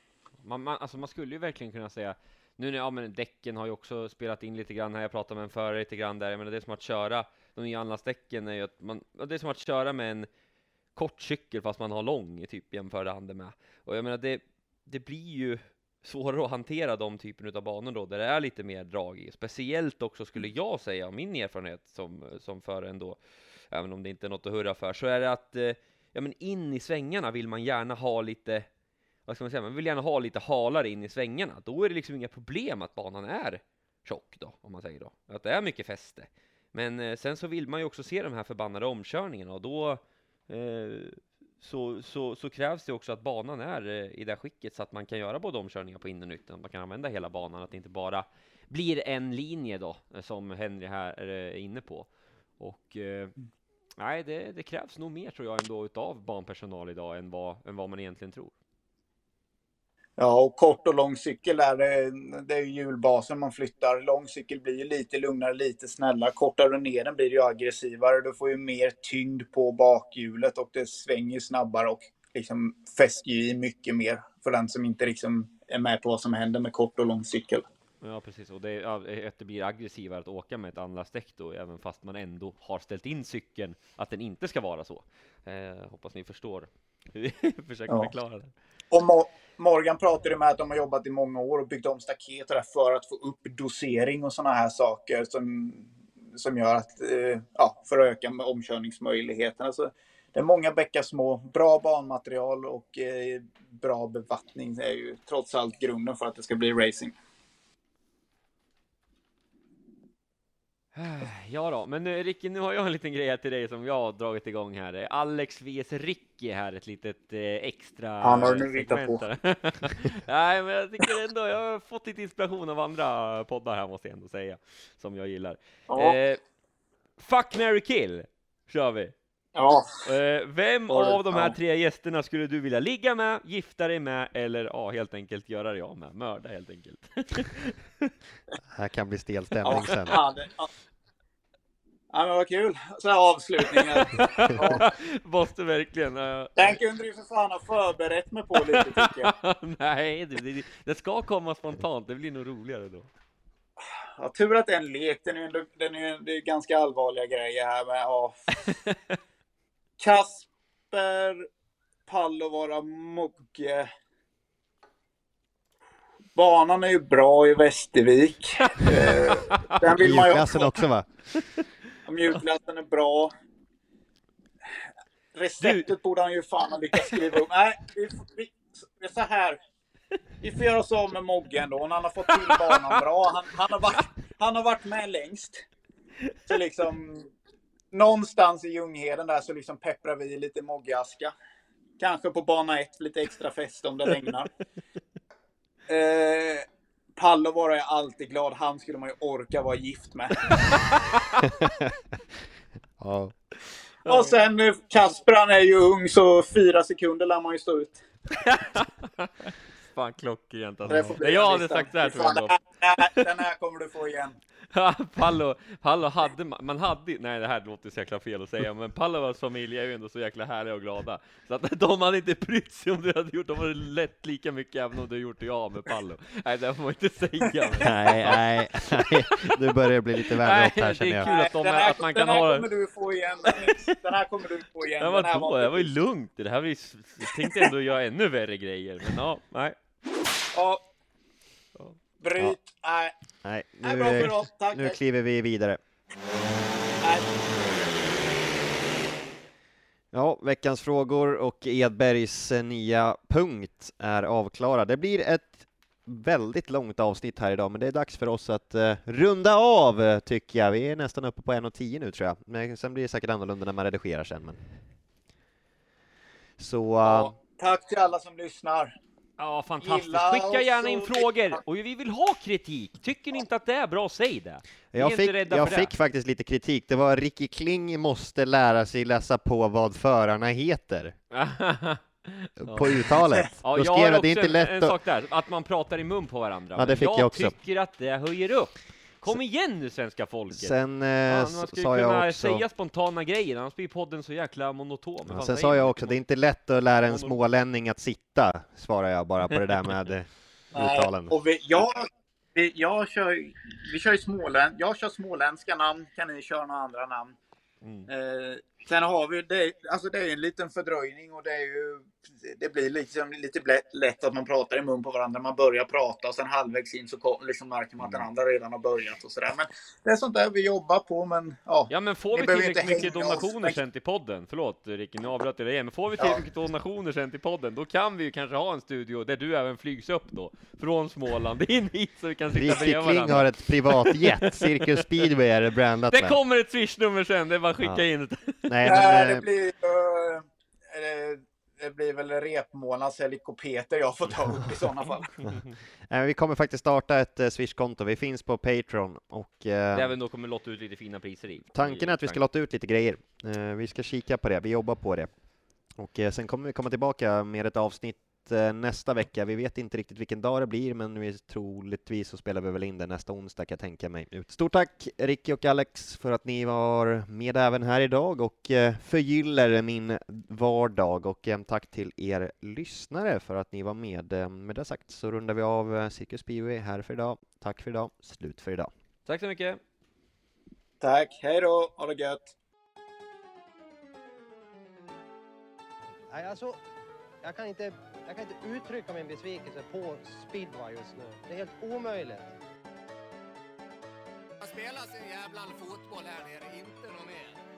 Man, man, alltså man skulle ju verkligen kunna säga, nu när ja, men däcken har ju också spelat in lite grann här, jag pratade med en förare lite grann där, jag menar det är som att köra, de nya anlandsdäcken är ju att man, det är som att köra med en kort cykel fast man har lång, typ jämförde han det med. Och jag menar det, det blir ju svårare att hantera de typen av banor då, där det är lite mer drag i. Speciellt också skulle jag säga, av min erfarenhet som, som förare ändå, även om det inte är något att hurra för, så är det att eh, ja, men in i svängarna vill man gärna ha lite, vad ska man säga, man vill gärna ha lite halare in i svängarna. Då är det liksom inga problem att banan är tjock då, om man säger då. Att det är mycket fäste. Men eh, sen så vill man ju också se de här förbannade omkörningarna, och då eh, så, så, så krävs det också att banan är eh, i det skicket så att man kan göra både omkörningar på in- och ut, att man kan använda hela banan, att det inte bara blir en linje då, som Henry här är inne på. Och eh, nej, det, det krävs nog mer tror jag ändå utav banpersonal idag än vad, än vad man egentligen tror. Ja, och kort och lång cykel där, det, det är ju hjulbasen man flyttar. Lång cykel blir ju lite lugnare, lite snällare. Kortare ner den blir det ju aggressivare. Du får ju mer tyngd på bakhjulet och det svänger snabbare och liksom fäster ju i mycket mer för den som inte liksom är med på vad som händer med kort och lång cykel. Ja, precis. Och det, ja, att det blir aggressivare att åka med ett anlasdäck då, även fast man ändå har ställt in cykeln att den inte ska vara så. Eh, hoppas ni förstår hur vi försöker Ja. förklara det. Och Mo- Morgan pratade med att de har jobbat i många år och byggt om staket och där för att få upp dosering och sådana här saker som, som gör att, eh, ja, för att öka med omkörningsmöjligheterna. Så det är många bäckar små, bra banmaterial och eh, bra bevattning är ju trots allt grunden för att det ska bli racing. Ja då, men nu, Ricky, nu har jag en liten grej här till dig som jag har dragit igång här. Alex vs Ricky här, ett litet eh, extra Han har nu ritat på. Nej, men jag tycker ändå, jag har fått lite inspiration av andra poddar här, måste jag ändå säga, som jag gillar. Ja. Eh, fuck, marry, kill kör vi. Ja. Eh, vem Var det- av de här ja. tre gästerna skulle du vilja ligga med, gifta dig med eller ja, helt enkelt göra dig av med? Mörda helt enkelt. Här kan bli stel stämning sen. Ja, det, ja. Ja, men vad kul. Så här avslutningar. Ja. Måste verkligen. Uh... Den kunde du för fan ha förberett mig på lite, tycker jag. Nej, det, det, det ska komma spontant. Det blir nog roligare då. Ja, tur att det är en lek. Den är, ändå- den är, det är ganska allvarliga grejer här. Men, ja. Kasper, Pallovara, Mogge. Banan är ju bra i Västervik. Eh, Den vill man ju Mjukglassen också, va? Mjukglassen är bra. Receptet borde han ju fan ha lyckats skriva upp. Nej, vi, vi, vi, så här. Vi får göra oss av med Mogge ändå. Han har fått till banan bra. Han, han, har varit, han har varit med längst. Så liksom någonstans i Ljungheden där så liksom pepprar vi lite Moggeaska. Kanske på bana ett lite extra fest om det regnar. Eh, Pallo var jag alltid glad. Han skulle man ju orka vara gift med. Ja. Och sen eh, Kasper, han är ju ung så fyra sekunder lär man ju stå ut. Fan, klockrent Det alltså. får bli Nej, jag den hade listan. sagt det här tror Fan, jag den, då. här, den här kommer du få igen. Pallo, Pallo hade man, man hade, nej det här låter så jäkla fel att säga, men Pallovas familj är ju ändå så jäkla härliga och glada. Så att de hade inte brytt sig om du hade gjort, de hade lätt lika mycket även om du gjort det av med Pallo. Nej, det får man inte säga. Nej, nej, nej. Nu börjar det bli lite väl rått här, det känner är jag. kul att, de, Den här, att man den kan här ha... kommer du få igen. Den här kommer du få igen. Ja, Den här vadå? Det var ju lugnt. Det här var ju, jag tänkte ändå göra ännu värre grejer, men ja, nej. Ja. Bryt. Nej. Nej, Nej, bra för nu, idag. Tack. nu kliver vi vidare. Nej. Ja, veckans frågor och Edbergs eh, nya punkt är avklarad. Det blir ett väldigt långt avsnitt här idag, men det är dags för oss att eh, runda av, eh, tycker jag. Vi är nästan uppe på en och tio nu, tror jag. Men sen blir det säkert annorlunda när man redigerar sen. Men... Så... Ja, tack till alla som lyssnar. Ja, fantastiskt. Gilla Skicka gärna oss in och- frågor. Och vi vill ha kritik. Tycker ni inte att det är bra, säg det. Vi är Jag inte fick, rädda jag för fick det. faktiskt lite kritik. Det var Ricky Kling måste lära sig läsa på vad förarna heter. På uttalet. Ja, Då jag skrev har jag, också det är inte en, lätt en att... sak där, att man pratar i mun på varandra. Ja, det Men fick jag också. tycker att det höjer upp. Kom igen nu, svenska folket. Sen eh, Ja, man s- skulle sa kunna jag också... säga spontana grejer, annars blir podden så jäkla monoton. Ja, Fan, sen säg sa jag något. också, det är inte lätt att lära en Mono- smålänning att sitta, svarar jag bara på det där med uttalande. Och vi, jag, vi, jag kör, vi kör ju smålän, jag kör småländska namn, kan ni köra några andra namn. Mm. Eh, sen har vi, det, alltså det är en liten fördröjning och det är ju, det blir liksom lite lätt att man pratar i mun på varandra. Man börjar prata och sen halvvägs in så kom, liksom märker man att den andra redan har börjat och sådär. Men det är sånt där vi jobbar på, men ja. Ja, men får vi tillräckligt mycket donationer oss. sen till podden? Förlåt Ricky, nu avbröt jag dig. Men får vi tillräckligt ja. donationer sen till podden, då kan vi ju kanske ha en studio där du även flygs upp då. Från Småland in hit så vi kan sitta bredvid varandra. Ricky Kling har ett privat jet. Cirkus Speedway är det brandat. Det kommer ett Swish-nummer sen, det är bara att skicka ja. in ett. Nej, men, det blir uh, det blir väl repmånads helikopter jag får ta upp i sådana fall. Vi kommer faktiskt starta ett Swish-konto. Vi finns på Patreon och där vi då kommer lotta ut lite fina priser i. Tanken är att vi ska lotta ut lite grejer. Vi ska kika på det. Vi jobbar på det. Och sen kommer vi komma tillbaka med ett avsnitt nästa vecka. Vi vet inte riktigt vilken dag det blir, men vi troligtvis så spelar vi väl in det nästa onsdag, kan jag tänka mig. Stort tack Ricky och Alex för att ni var med även här idag och förgyller min vardag, och tack till er lyssnare för att ni var med. Med det sagt så rundar vi av Cirkus Speedway här för idag. Tack för idag. Slut för idag. Tack så mycket. Tack. Hej då. Ha det gött. Nej, alltså Jag kan, inte, jag kan inte uttrycka min besvikelse på speedway just nu. Det är helt omöjligt. Man spelar sin jävla fotboll här nere, inte någon mer.